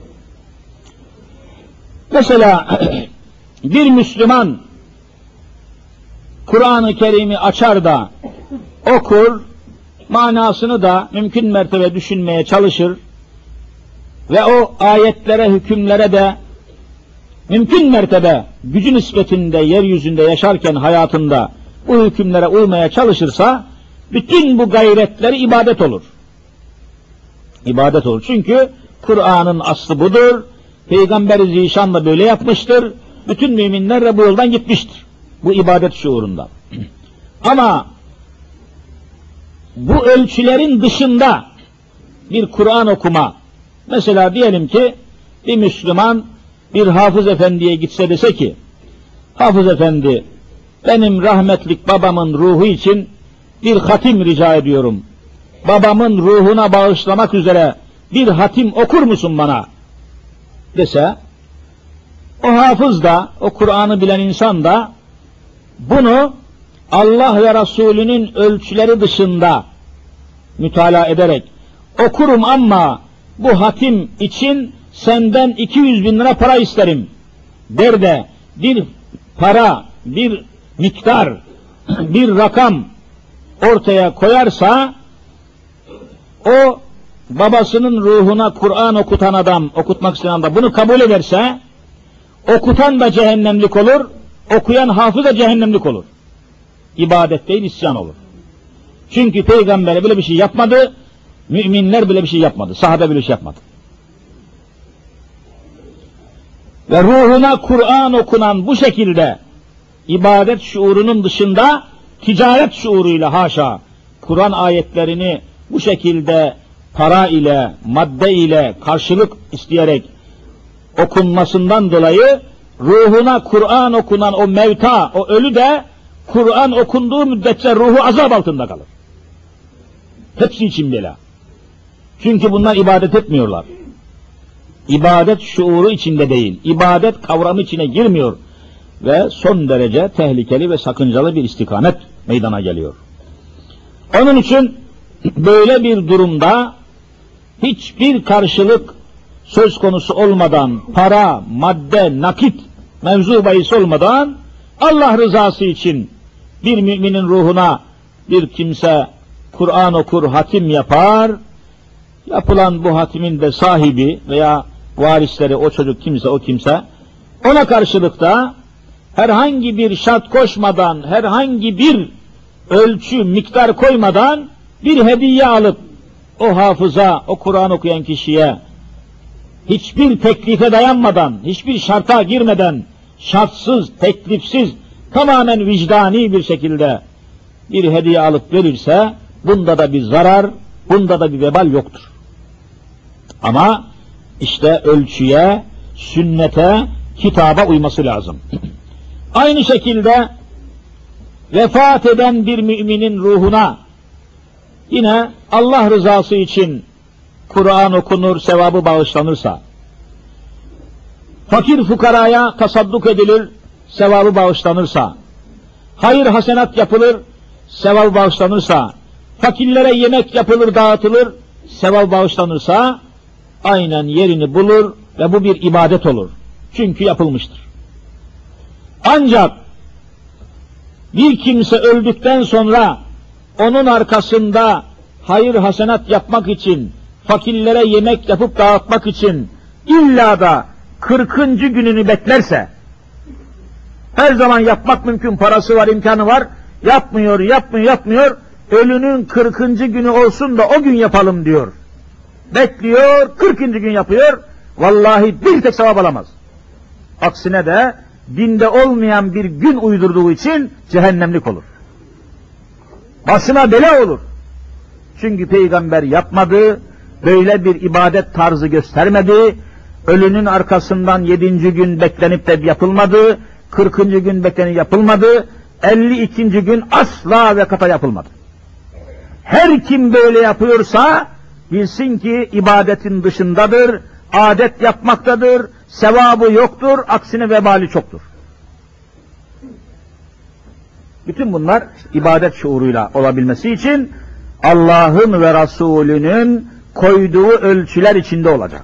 Mesela bir Müslüman Kur'an-ı Kerim'i açar da okur, manasını da mümkün mertebe düşünmeye çalışır ve o ayetlere, hükümlere de mümkün mertebe gücü nispetinde yeryüzünde yaşarken hayatında bu hükümlere uymaya çalışırsa bütün bu gayretleri ibadet olur. İbadet olur. Çünkü Kur'an'ın aslı budur. Peygamber-i Zişan da böyle yapmıştır. Bütün müminler de bu yoldan gitmiştir. Bu ibadet şuurunda. Ama bu ölçülerin dışında bir Kur'an okuma. Mesela diyelim ki bir Müslüman bir hafız efendiye gitse dese ki, hafız efendi, benim rahmetlik babamın ruhu için bir hatim rica ediyorum. Babamın ruhuna bağışlamak üzere bir hatim okur musun bana? Dese, o hafız da, o Kur'an'ı bilen insan da bunu Allah ve Resulünün ölçüleri dışında mütalaa ederek okurum ama bu hatim için senden 200 bin lira para isterim der de bir para, bir miktar, bir rakam ortaya koyarsa, o babasının ruhuna Kur'an okutan adam, okutmak isteyen adam bunu kabul ederse, okutan da cehennemlik olur, okuyan hafız da cehennemlik olur. İbadet değil, isyan olur. Çünkü Peygamber böyle bir şey yapmadı, müminler bile bir şey yapmadı, sahabe bile bir şey yapmadı. Ve ruhuna Kur'an okunan bu şekilde ibadet şuurunun dışında ticaret şuuruyla haşa Kur'an ayetlerini bu şekilde para ile, madde ile karşılık isteyerek okunmasından dolayı ruhuna Kur'an okunan o mevta, o ölü de Kur'an okunduğu müddetçe ruhu azap altında kalır. Hepsi için bela. Çünkü bunlar ibadet etmiyorlar. İbadet şuuru içinde değil, ibadet kavramı içine girmiyor ve son derece tehlikeli ve sakıncalı bir istikamet meydana geliyor. Onun için böyle bir durumda hiçbir karşılık söz konusu olmadan, para, madde, nakit mevzu bahis olmadan Allah rızası için bir müminin ruhuna bir kimse Kur'an okur, hatim yapar, yapılan bu hatimin de sahibi veya varisleri, o çocuk kimse, o kimse, ona karşılık da herhangi bir şart koşmadan, herhangi bir ölçü, miktar koymadan bir hediye alıp o hafıza, o Kur'an okuyan kişiye hiçbir teklife dayanmadan, hiçbir şarta girmeden, şartsız, teklifsiz, tamamen vicdani bir şekilde bir hediye alıp verirse, bunda da bir zarar, bunda da bir vebal yoktur. Ama işte ölçüye, sünnete, kitaba uyması lazım. Aynı şekilde vefat eden bir müminin ruhuna yine Allah rızası için Kur'an okunur, sevabı bağışlanırsa, fakir fukaraya tasadduk edilir, sevabı bağışlanırsa, hayır hasenat yapılır, sevabı bağışlanırsa, fakirlere yemek yapılır, dağıtılır, sevabı bağışlanırsa, aynen yerini bulur ve bu bir ibadet olur. Çünkü yapılmıştır. Ancak bir kimse öldükten sonra onun arkasında hayır hasenat yapmak için, fakirlere yemek yapıp dağıtmak için illa da 40. gününü beklerse, her zaman yapmak mümkün, parası var, imkanı var, yapmıyor, ölünün 40. günü olsun da o gün yapalım diyor. Bekliyor, 40. gün yapıyor, vallahi bir tek sevap alamaz. Aksine de dinde olmayan bir gün uydurduğu için cehennemlik olur. Başına bela olur. Çünkü Peygamber yapmadı, böyle bir ibadet tarzı göstermedi, ölünün arkasından 7. gün beklenip de yapılmadı, 40. gün beklenip yapılmadı, 52. gün asla ve kata yapılmadı. Her kim böyle yapıyorsa bilsin ki ibadetin dışındadır, adet yapmaktadır, sevabı yoktur, aksine vebali çoktur. Bütün bunlar ibadet şuuruyla olabilmesi için Allah'ın ve Resulünün koyduğu ölçüler içinde olacak.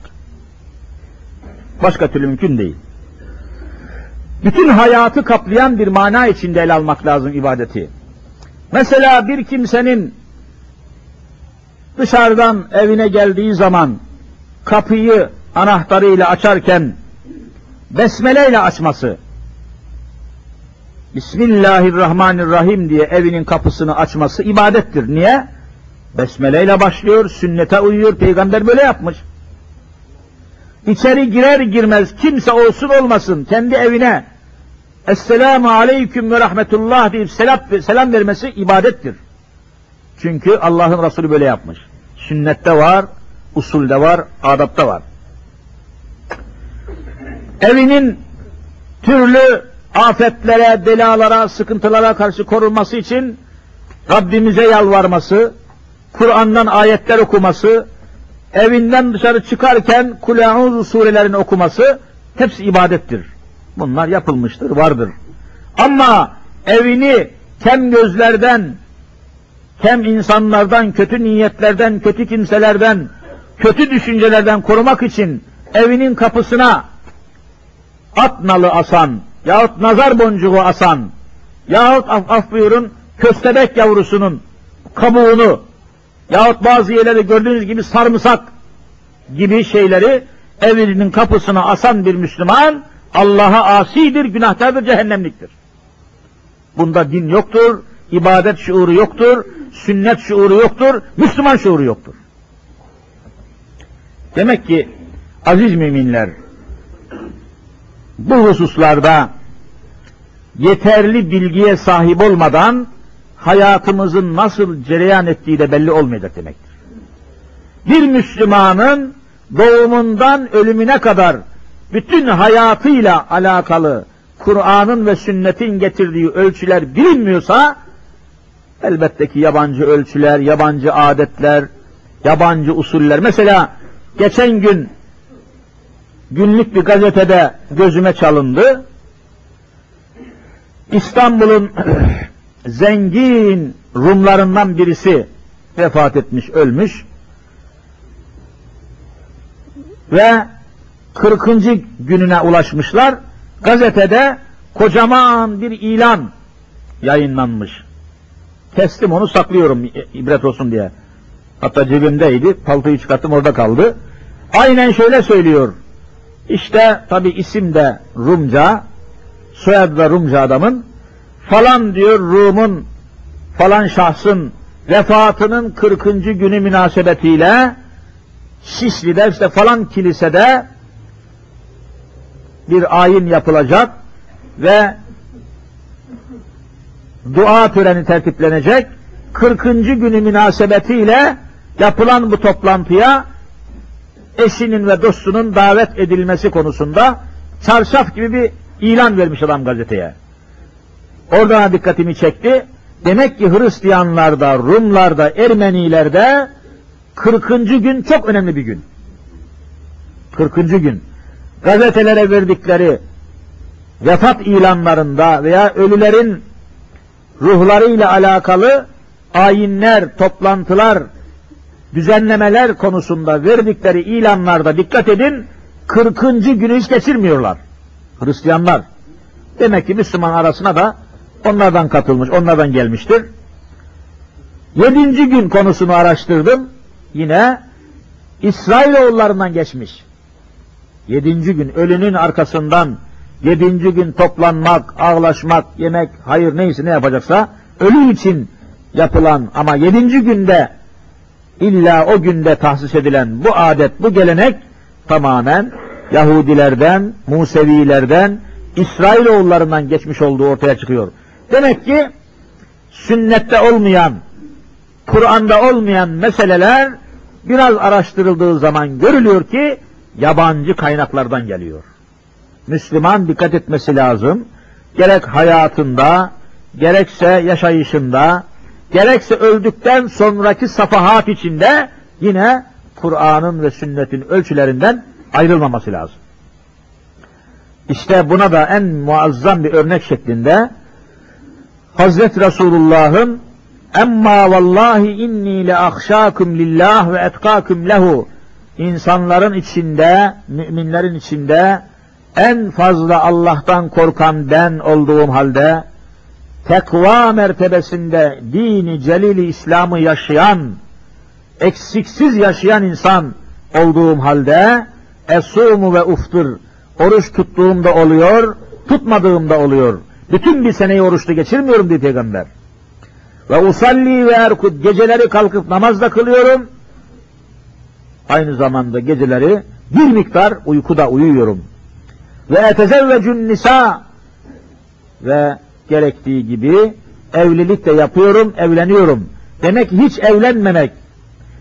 Başka türlü mümkün değil. Bütün hayatı kaplayan bir mana içinde ele almak lazım ibadeti. Mesela bir kimsenin dışarıdan evine geldiği zaman kapıyı anahtarıyla açarken besmeleyle açması, Bismillahirrahmanirrahim diye evinin kapısını açması ibadettir. Niye? Besmeleyle başlıyor, sünnete uyuyor, Peygamber böyle yapmış. İçeri girer girmez kimse olsun olmasın kendi evine Esselamu aleyküm ve rahmetullah deyip selam vermesi ibadettir. Çünkü Allah'ın Resulü böyle yapmış. Sünnette var, usulde var, adapta var. Evinin türlü afetlere, belalara, sıkıntılara karşı korunması için Rabbimize yalvarması, Kur'an'dan ayetler okuması, evinden dışarı çıkarken Kul-Eûzu surelerini okuması hepsi ibadettir. Bunlar yapılmıştır, vardır. Ama evini kem gözlerden, kem insanlardan, kötü niyetlerden, kötü kimselerden, kötü düşüncelerden korumak için evinin kapısına at nalı asan, yahut nazar boncuğu asan, yahut af buyurun köstebek yavrusunun kabuğunu, yahut bazı yerleri gördüğünüz gibi sarımsak gibi şeyleri evinin kapısına asan bir Müslüman, Allah'a asidir, günahkardır, cehennemliktir. Bunda din yoktur, ibadet şuuru yoktur, sünnet şuuru yoktur, Müslüman şuuru yoktur. Demek ki aziz müminler, bu hususlarda yeterli bilgiye sahip olmadan hayatımızın nasıl cereyan ettiği de belli olmayacak demektir. Bir Müslümanın doğumundan ölümüne kadar bütün hayatıyla alakalı Kur'an'ın ve sünnetin getirdiği ölçüler bilinmiyorsa, elbette ki yabancı ölçüler, yabancı adetler, yabancı usuller. Mesela geçen gün günlük bir gazetede gözüme çalındı. İstanbul'un zengin Rumlarından birisi vefat etmiş, ölmüş. Ve 40. gününe ulaşmışlar. Gazetede kocaman bir ilan yayınlanmış. Kestim onu, saklıyorum ibret olsun diye. Hatta cebimdeydi, paltoyu çıkarttım, orada kaldı. Aynen şöyle söylüyor. İşte tabi isim de Rumca, soyadı da Rumca adamın. Falan diyor Rum'un, falan şahsın vefatının 40. günü münasebetiyle Şişli'de işte falan kilisede bir ayin yapılacak ve dua töreni tertiplenecek. 40. günü münasebetiyle yapılan bu toplantıya eşinin ve dostunun davet edilmesi konusunda çarşaf gibi bir ilan vermiş adam gazeteye. Oradan dikkatimi çekti. Demek ki Hristiyanlarda, Rumlarda, Ermenilerde 40. gün çok önemli bir gün. 40. gün. Gazetelere verdikleri vefat ilanlarında veya ölülerin ruhlarıyla alakalı ayinler, toplantılar, düzenlemeler konusunda verdikleri ilanlarda dikkat edin, 40. günü hiç geçirmiyorlar Hristiyanlar. Demek ki Müslüman arasına da onlardan katılmış, onlardan gelmiştir. 7. gün konusunu araştırdım. Yine İsrailoğullarından geçmiş. 7. gün ölünün arkasından 7. gün toplanmak, ağlaşmak, yemek, hayır neyse ne yapacaksa ölü için yapılan ama 7. günde illa o günde tahsis edilen bu adet, bu gelenek tamamen Yahudilerden, Musevilerden, İsrailoğullarından geçmiş olduğu ortaya çıkıyor. Demek ki sünnette olmayan, Kur'an'da olmayan meseleler biraz araştırıldığı zaman görülüyor ki yabancı kaynaklardan geliyor. Müslüman dikkat etmesi lazım. Gerek hayatında, gerekse yaşayışında, gerekse öldükten sonraki safahat içinde yine Kur'an'ın ve sünnetin ölçülerinden ayrılmaması lazım. İşte buna da en muazzam bir örnek şeklinde Hazreti Resulullah'ın "Emma vallahi inni le ahşakum lillah ve etkakum lehu" insanların içinde, müminlerin içinde en fazla Allah'tan korkan ben olduğum halde, tekva mertebesinde dini celili İslam'ı yaşayan, eksiksiz yaşayan insan olduğum halde, esumu ve uftur, oruç tuttuğumda oluyor, tutmadığımda oluyor. Bütün bir seneyi oruçlu geçirmiyorum diye Peygamber. Ve usalli ve erkud, geceleri kalkıp namazda kılıyorum. Aynı zamanda geceleri bir miktar uykuda uyuyorum. Ve etezevvecun nisa, ve gerektiği gibi evlilik de yapıyorum, evleniyorum. Demek ki hiç evlenmemek,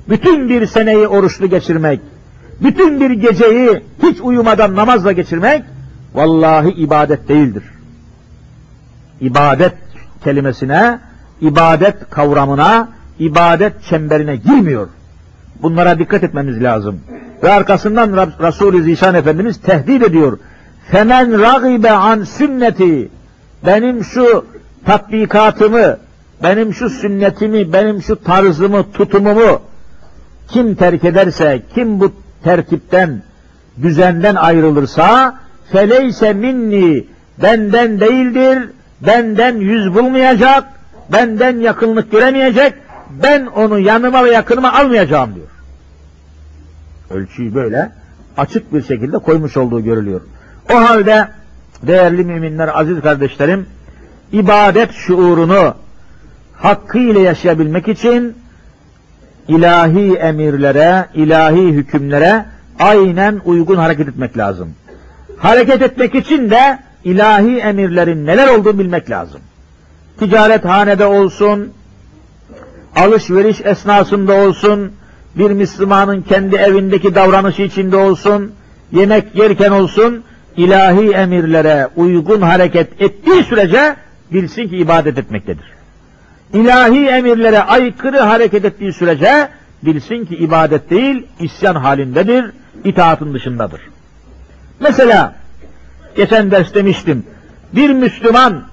bütün bir seneyi oruçlu geçirmek, bütün bir geceyi hiç uyumadan namazla geçirmek, vallahi ibadet değildir. İbadet kelimesine, ibadet kavramına, ibadet çemberine girmiyor. Bunlara dikkat etmemiz lazım. Ve arkasından Resul-i Zişan Efendimiz tehdit ediyor. Femen ragibe an sünneti, benim şu tatbikatımı, benim şu sünnetimi, benim şu tarzımı, tutumumu kim terk ederse, kim bu tertipten, düzenden ayrılırsa, feleyse minni, benden değildir, benden yüz bulmayacak, benden yakınlık göremeyecek, ben onu yanıma ve yakınıma almayacağım diyor. Ölçüyü böyle açık bir şekilde koymuş olduğu görülüyor. O halde değerli müminler, aziz kardeşlerim, ibadet şuurunu hakkıyla yaşayabilmek için ilahi emirlere, ilahi hükümlere aynen uygun hareket etmek lazım. Hareket etmek için de ilahi emirlerin neler olduğunu bilmek lazım. Ticarethanede olsun, alışveriş esnasında olsun, bir Müslümanın kendi evindeki davranışı içinde olsun, yemek yerken olsun, ilahi emirlere uygun hareket ettiği sürece bilsin ki ibadet etmektedir. İlahi emirlere aykırı hareket ettiği sürece bilsin ki ibadet değil, isyan halindedir, itaatın dışındadır. Mesela geçen ders demiştim, bir Müslüman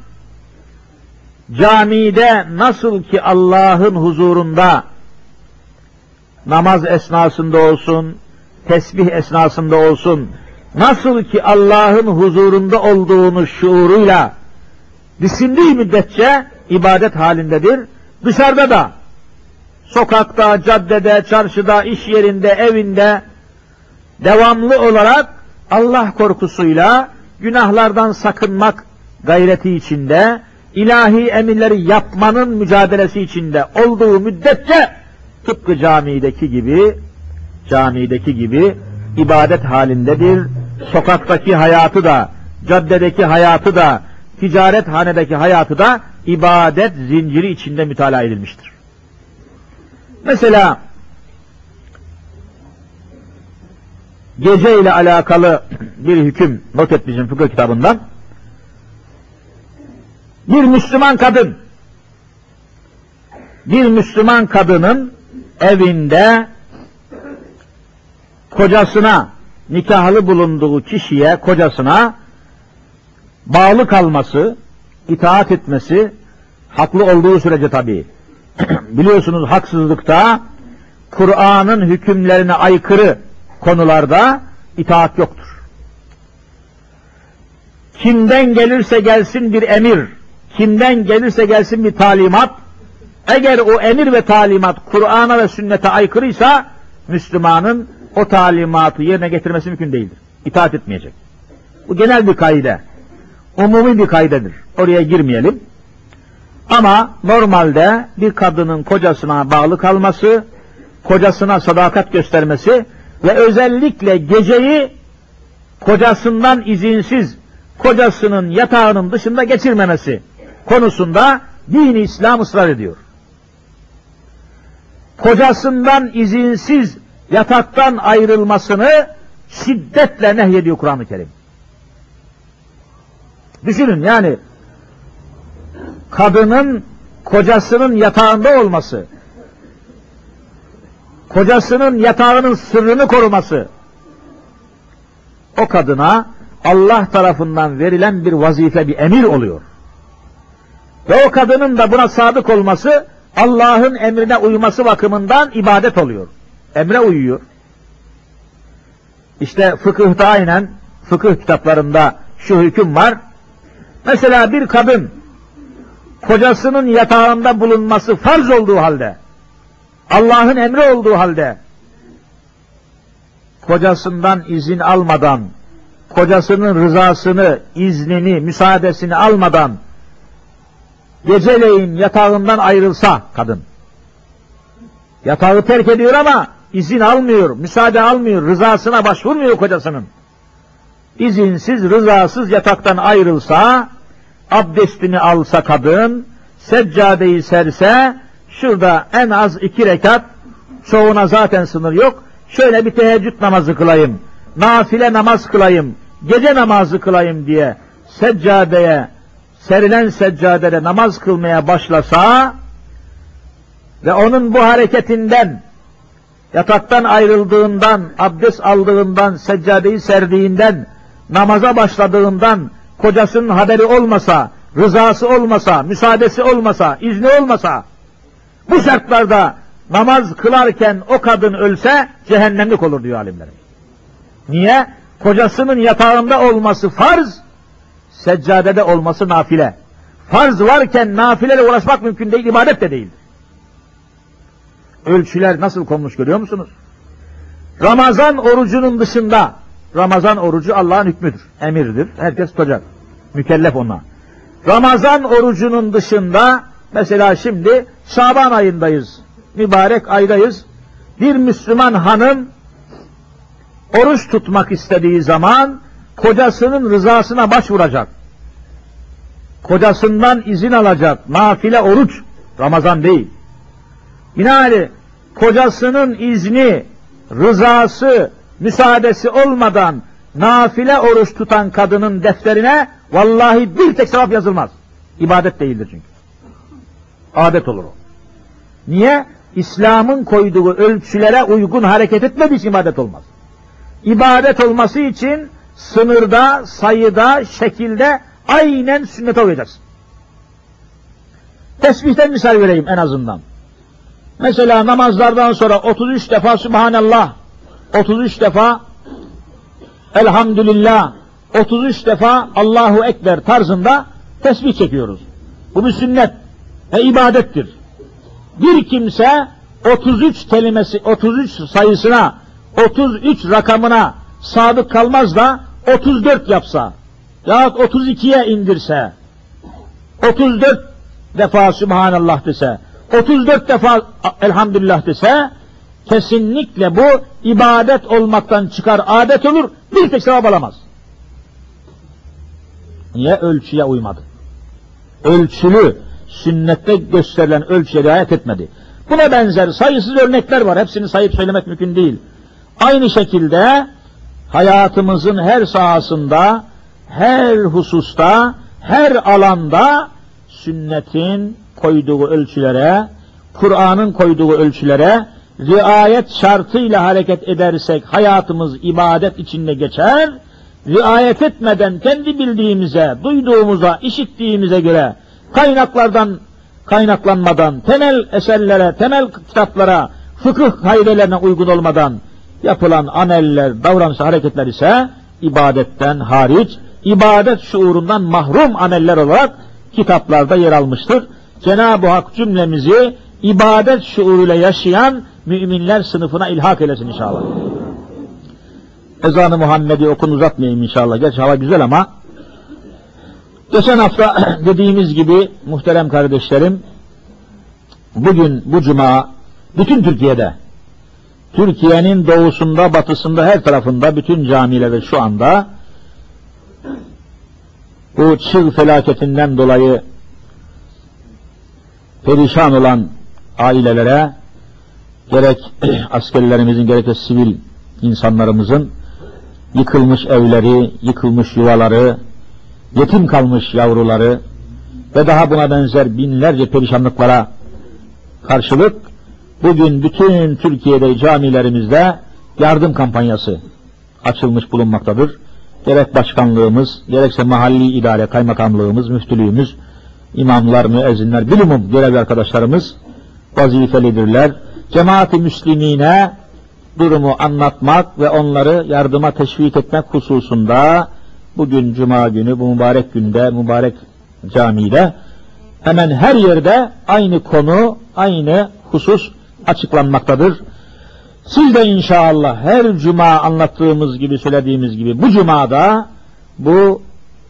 camide nasıl ki Allah'ın huzurunda namaz esnasında olsun, tesbih esnasında olsun, nasıl ki Allah'ın huzurunda olduğunu şuuruyla düşündüğü müddetçe ibadet halindedir. Dışarıda da, sokakta, caddede, çarşıda, iş yerinde, evinde devamlı olarak Allah korkusuyla günahlardan sakınmak gayreti içinde, ilahi emirleri yapmanın mücadelesi içinde olduğu müddetçe tıpkı camideki gibi ibadet halindedir. Sokaktaki hayatı da, caddedeki hayatı da, ticarethanedeki hayatı da ibadet zinciri içinde mütalaa edilmiştir. Mesela gece ile alakalı bir hüküm not et bizim fıkıh kitabından. Bir Müslüman kadının evinde kocasına, nikahlı bulunduğu kişiye, kocasına bağlı kalması, itaat etmesi, haklı olduğu sürece tabii. Biliyorsunuz haksızlıkta, Kur'an'ın hükümlerine aykırı konularda itaat yoktur. Kimden gelirse gelsin bir emir, kimden gelirse gelsin bir talimat, eğer o emir ve talimat Kur'an'a ve sünnete aykırıysa, Müslümanın o talimatı yerine getirmesi mümkün değildir. İtaat etmeyecek. Bu genel bir kaide. Umumi bir kaidedir. Oraya girmeyelim. Ama normalde bir kadının kocasına bağlı kalması, kocasına sadakat göstermesi ve özellikle geceyi kocasından izinsiz, kocasının yatağının dışında geçirmemesi konusunda din-i İslam ısrar ediyor. Kocasından izinsiz yataktan ayrılmasını şiddetle nehyediyor Kur'an-ı Kerim. Düşünün yani, kadının kocasının yatağında olması, kocasının yatağının sırrını koruması, o kadına Allah tarafından verilen bir vazife, bir emir oluyor. Ve o kadının da buna sadık olması, Allah'ın emrine uyması bakımından ibadet oluyor. Emre uyuyor. İşte fıkıhta aynen, fıkıh kitaplarında şu hüküm var. Mesela bir kadın, kocasının yatağında bulunması farz olduğu halde, Allah'ın emri olduğu halde, kocasından izin almadan, kocasının rızasını, iznini, müsaadesini almadan, geceleyin yatağından ayrılsa kadın, yatağı terk ediyor ama izin almıyor, müsaade almıyor, rızasına başvurmuyor kocasının. İzinsiz, rızasız yataktan ayrılsa, abdestini alsa kadın, seccadeyi serse, şurada en az 2 rekat çoğuna zaten sınır yok. Şöyle bir teheccüd namazı kılayım, nafile namaz kılayım, gece namazı kılayım diye seccadeye, serilen seccadede namaz kılmaya başlasa ve onun bu hareketinden, yataktan ayrıldığından, abdest aldığından, seccadeyi serdiğinden, namaza başladığından kocasının haberi olmasa, rızası olmasa, müsaadesi olmasa, izni olmasa, bu şartlarda namaz kılarken o kadın ölse cehennemlik olur diyor alimlerim. Niye? Kocasının yatağında olması farz, seccadede olması nafile. Farz varken nafileyle uğraşmak mümkün değil, ibadet de değildir. Ölçüler nasıl konmuş görüyor musunuz? Ramazan orucunun dışında, Ramazan orucu Allah'ın hükmüdür, emirdir, herkes tutacak, mükellef ona. Ramazan orucunun dışında, mesela şimdi Şaban ayındayız, mübarek aydayız, bir Müslüman hanım oruç tutmak istediği zaman kocasının rızasına başvuracak. Kocasından izin alacak, nafile oruç, Ramazan değil. Binaenaleyh kocasının izni, rızası, müsaadesi olmadan nafile oruç tutan kadının defterine vallahi bir tek sevap yazılmaz. İbadet değildir çünkü. Adet olur o. Niye? İslam'ın koyduğu ölçülere uygun hareket etmediği için ibadet olmaz. İbadet olması için sınırda, sayıda, şekilde aynen sünnete uyacaksın. Tesbihten misal vereyim en azından. Mesela namazlardan sonra 33 defa Subhanallah, 33 defa Elhamdülillah, 33 defa Allahu Ekber tarzında tesbih çekiyoruz. Bu bir sünnet ve ibadettir. Bir kimse 33 kelimesi, 33 sayısına, 33 rakamına sadık kalmaz da 34 yapsa yahut 32'ye indirse, 34 defa Subhanallah dese, 34 defa Elhamdülillah dese, kesinlikle bu ibadet olmaktan çıkar, adet olur, bir tek sevap alamaz. Niye? Ölçüye uymadı. Ölçülü, sünnette gösterilen ölçüye riayet etmedi. Buna benzer sayısız örnekler var, hepsini sayıp söylemek mümkün değil. Aynı şekilde hayatımızın her sahasında, her hususta, her alanda sünnetin koyduğu ölçülere, Kur'an'ın koyduğu ölçülere riayet şartıyla hareket edersek hayatımız ibadet içinde geçer. Riayet etmeden kendi bildiğimize, duyduğumuza, işittiğimize göre kaynaklardan kaynaklanmadan, temel eserlere, temel kitaplara, fıkıh kaidelerine uygun olmadan yapılan ameller, davranış, hareketler ise ibadetten hariç, ibadet şuurundan mahrum ameller olarak kitaplarda yer almıştır. Cenab-ı Hak cümlemizi ibadet şuuruyla yaşayan müminler sınıfına ilhak eylesin inşallah. Ezan-ı Muhammed'i okun, uzatmayayım inşallah. Gerçi hava güzel ama geçen hafta dediğimiz gibi muhterem kardeşlerim, bugün bu cuma bütün Türkiye'de, Türkiye'nin doğusunda, batısında, her tarafında bütün camilerde şu anda bu çığ felaketinden dolayı perişan olan ailelere, gerek askerlerimizin gerekse sivil insanlarımızın yıkılmış evleri, yıkılmış yuvaları, yetim kalmış yavruları ve daha buna benzer binlerce perişanlıklara karşılık bugün bütün Türkiye'de camilerimizde yardım kampanyası açılmış bulunmaktadır. Gerek başkanlığımız, gerekse mahalli idare, kaymakamlığımız, müftülüğümüz, imamlar, müezzinler, bilumum görevli arkadaşlarımız vazifelidirler. Cemaat-i Müslimine durumu anlatmak ve onları yardıma teşvik etmek hususunda bugün Cuma günü, bu mübarek günde, mübarek camide hemen her yerde aynı konu, aynı husus açıklanmaktadır. Siz de inşallah her cuma anlattığımız gibi, söylediğimiz gibi bu cumada bu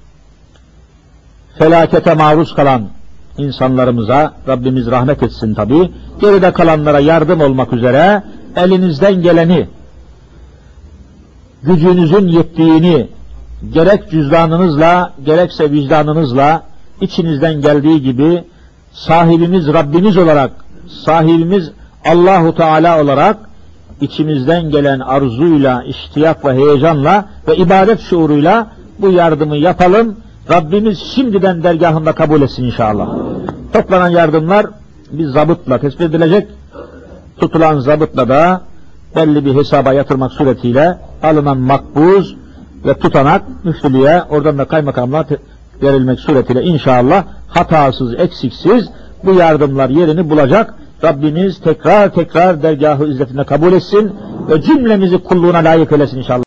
felakete maruz kalan insanlarımıza Rabbimiz rahmet etsin tabi, geride kalanlara yardım olmak üzere elinizden geleni, gücünüzün yettiğini gerek cüzdanınızla gerekse vicdanınızla içinizden geldiği gibi sahibimiz Rabbimiz olarak, sahibimiz Allahu Teala olarak içimizden gelen arzuyla, iştiyak ve heyecanla ve ibadet şuuruyla bu yardımı yapalım. Rabbimiz şimdiden dergahında kabul etsin inşallah. Toplanan yardımlar bir zabıtla tespit edilecek. Tutulan zabıtla da belli bir hesaba yatırmak suretiyle alınan makbuz ve tutanak müftülüğe, oradan da kaymakamlığa verilmek suretiyle inşallah hatasız, eksiksiz bu yardımlar yerini bulacak. Rabbimiz tekrar tekrar dergâh-ı izzetinde kabul etsin ve cümlemizi kulluğuna layık eylesin inşallah.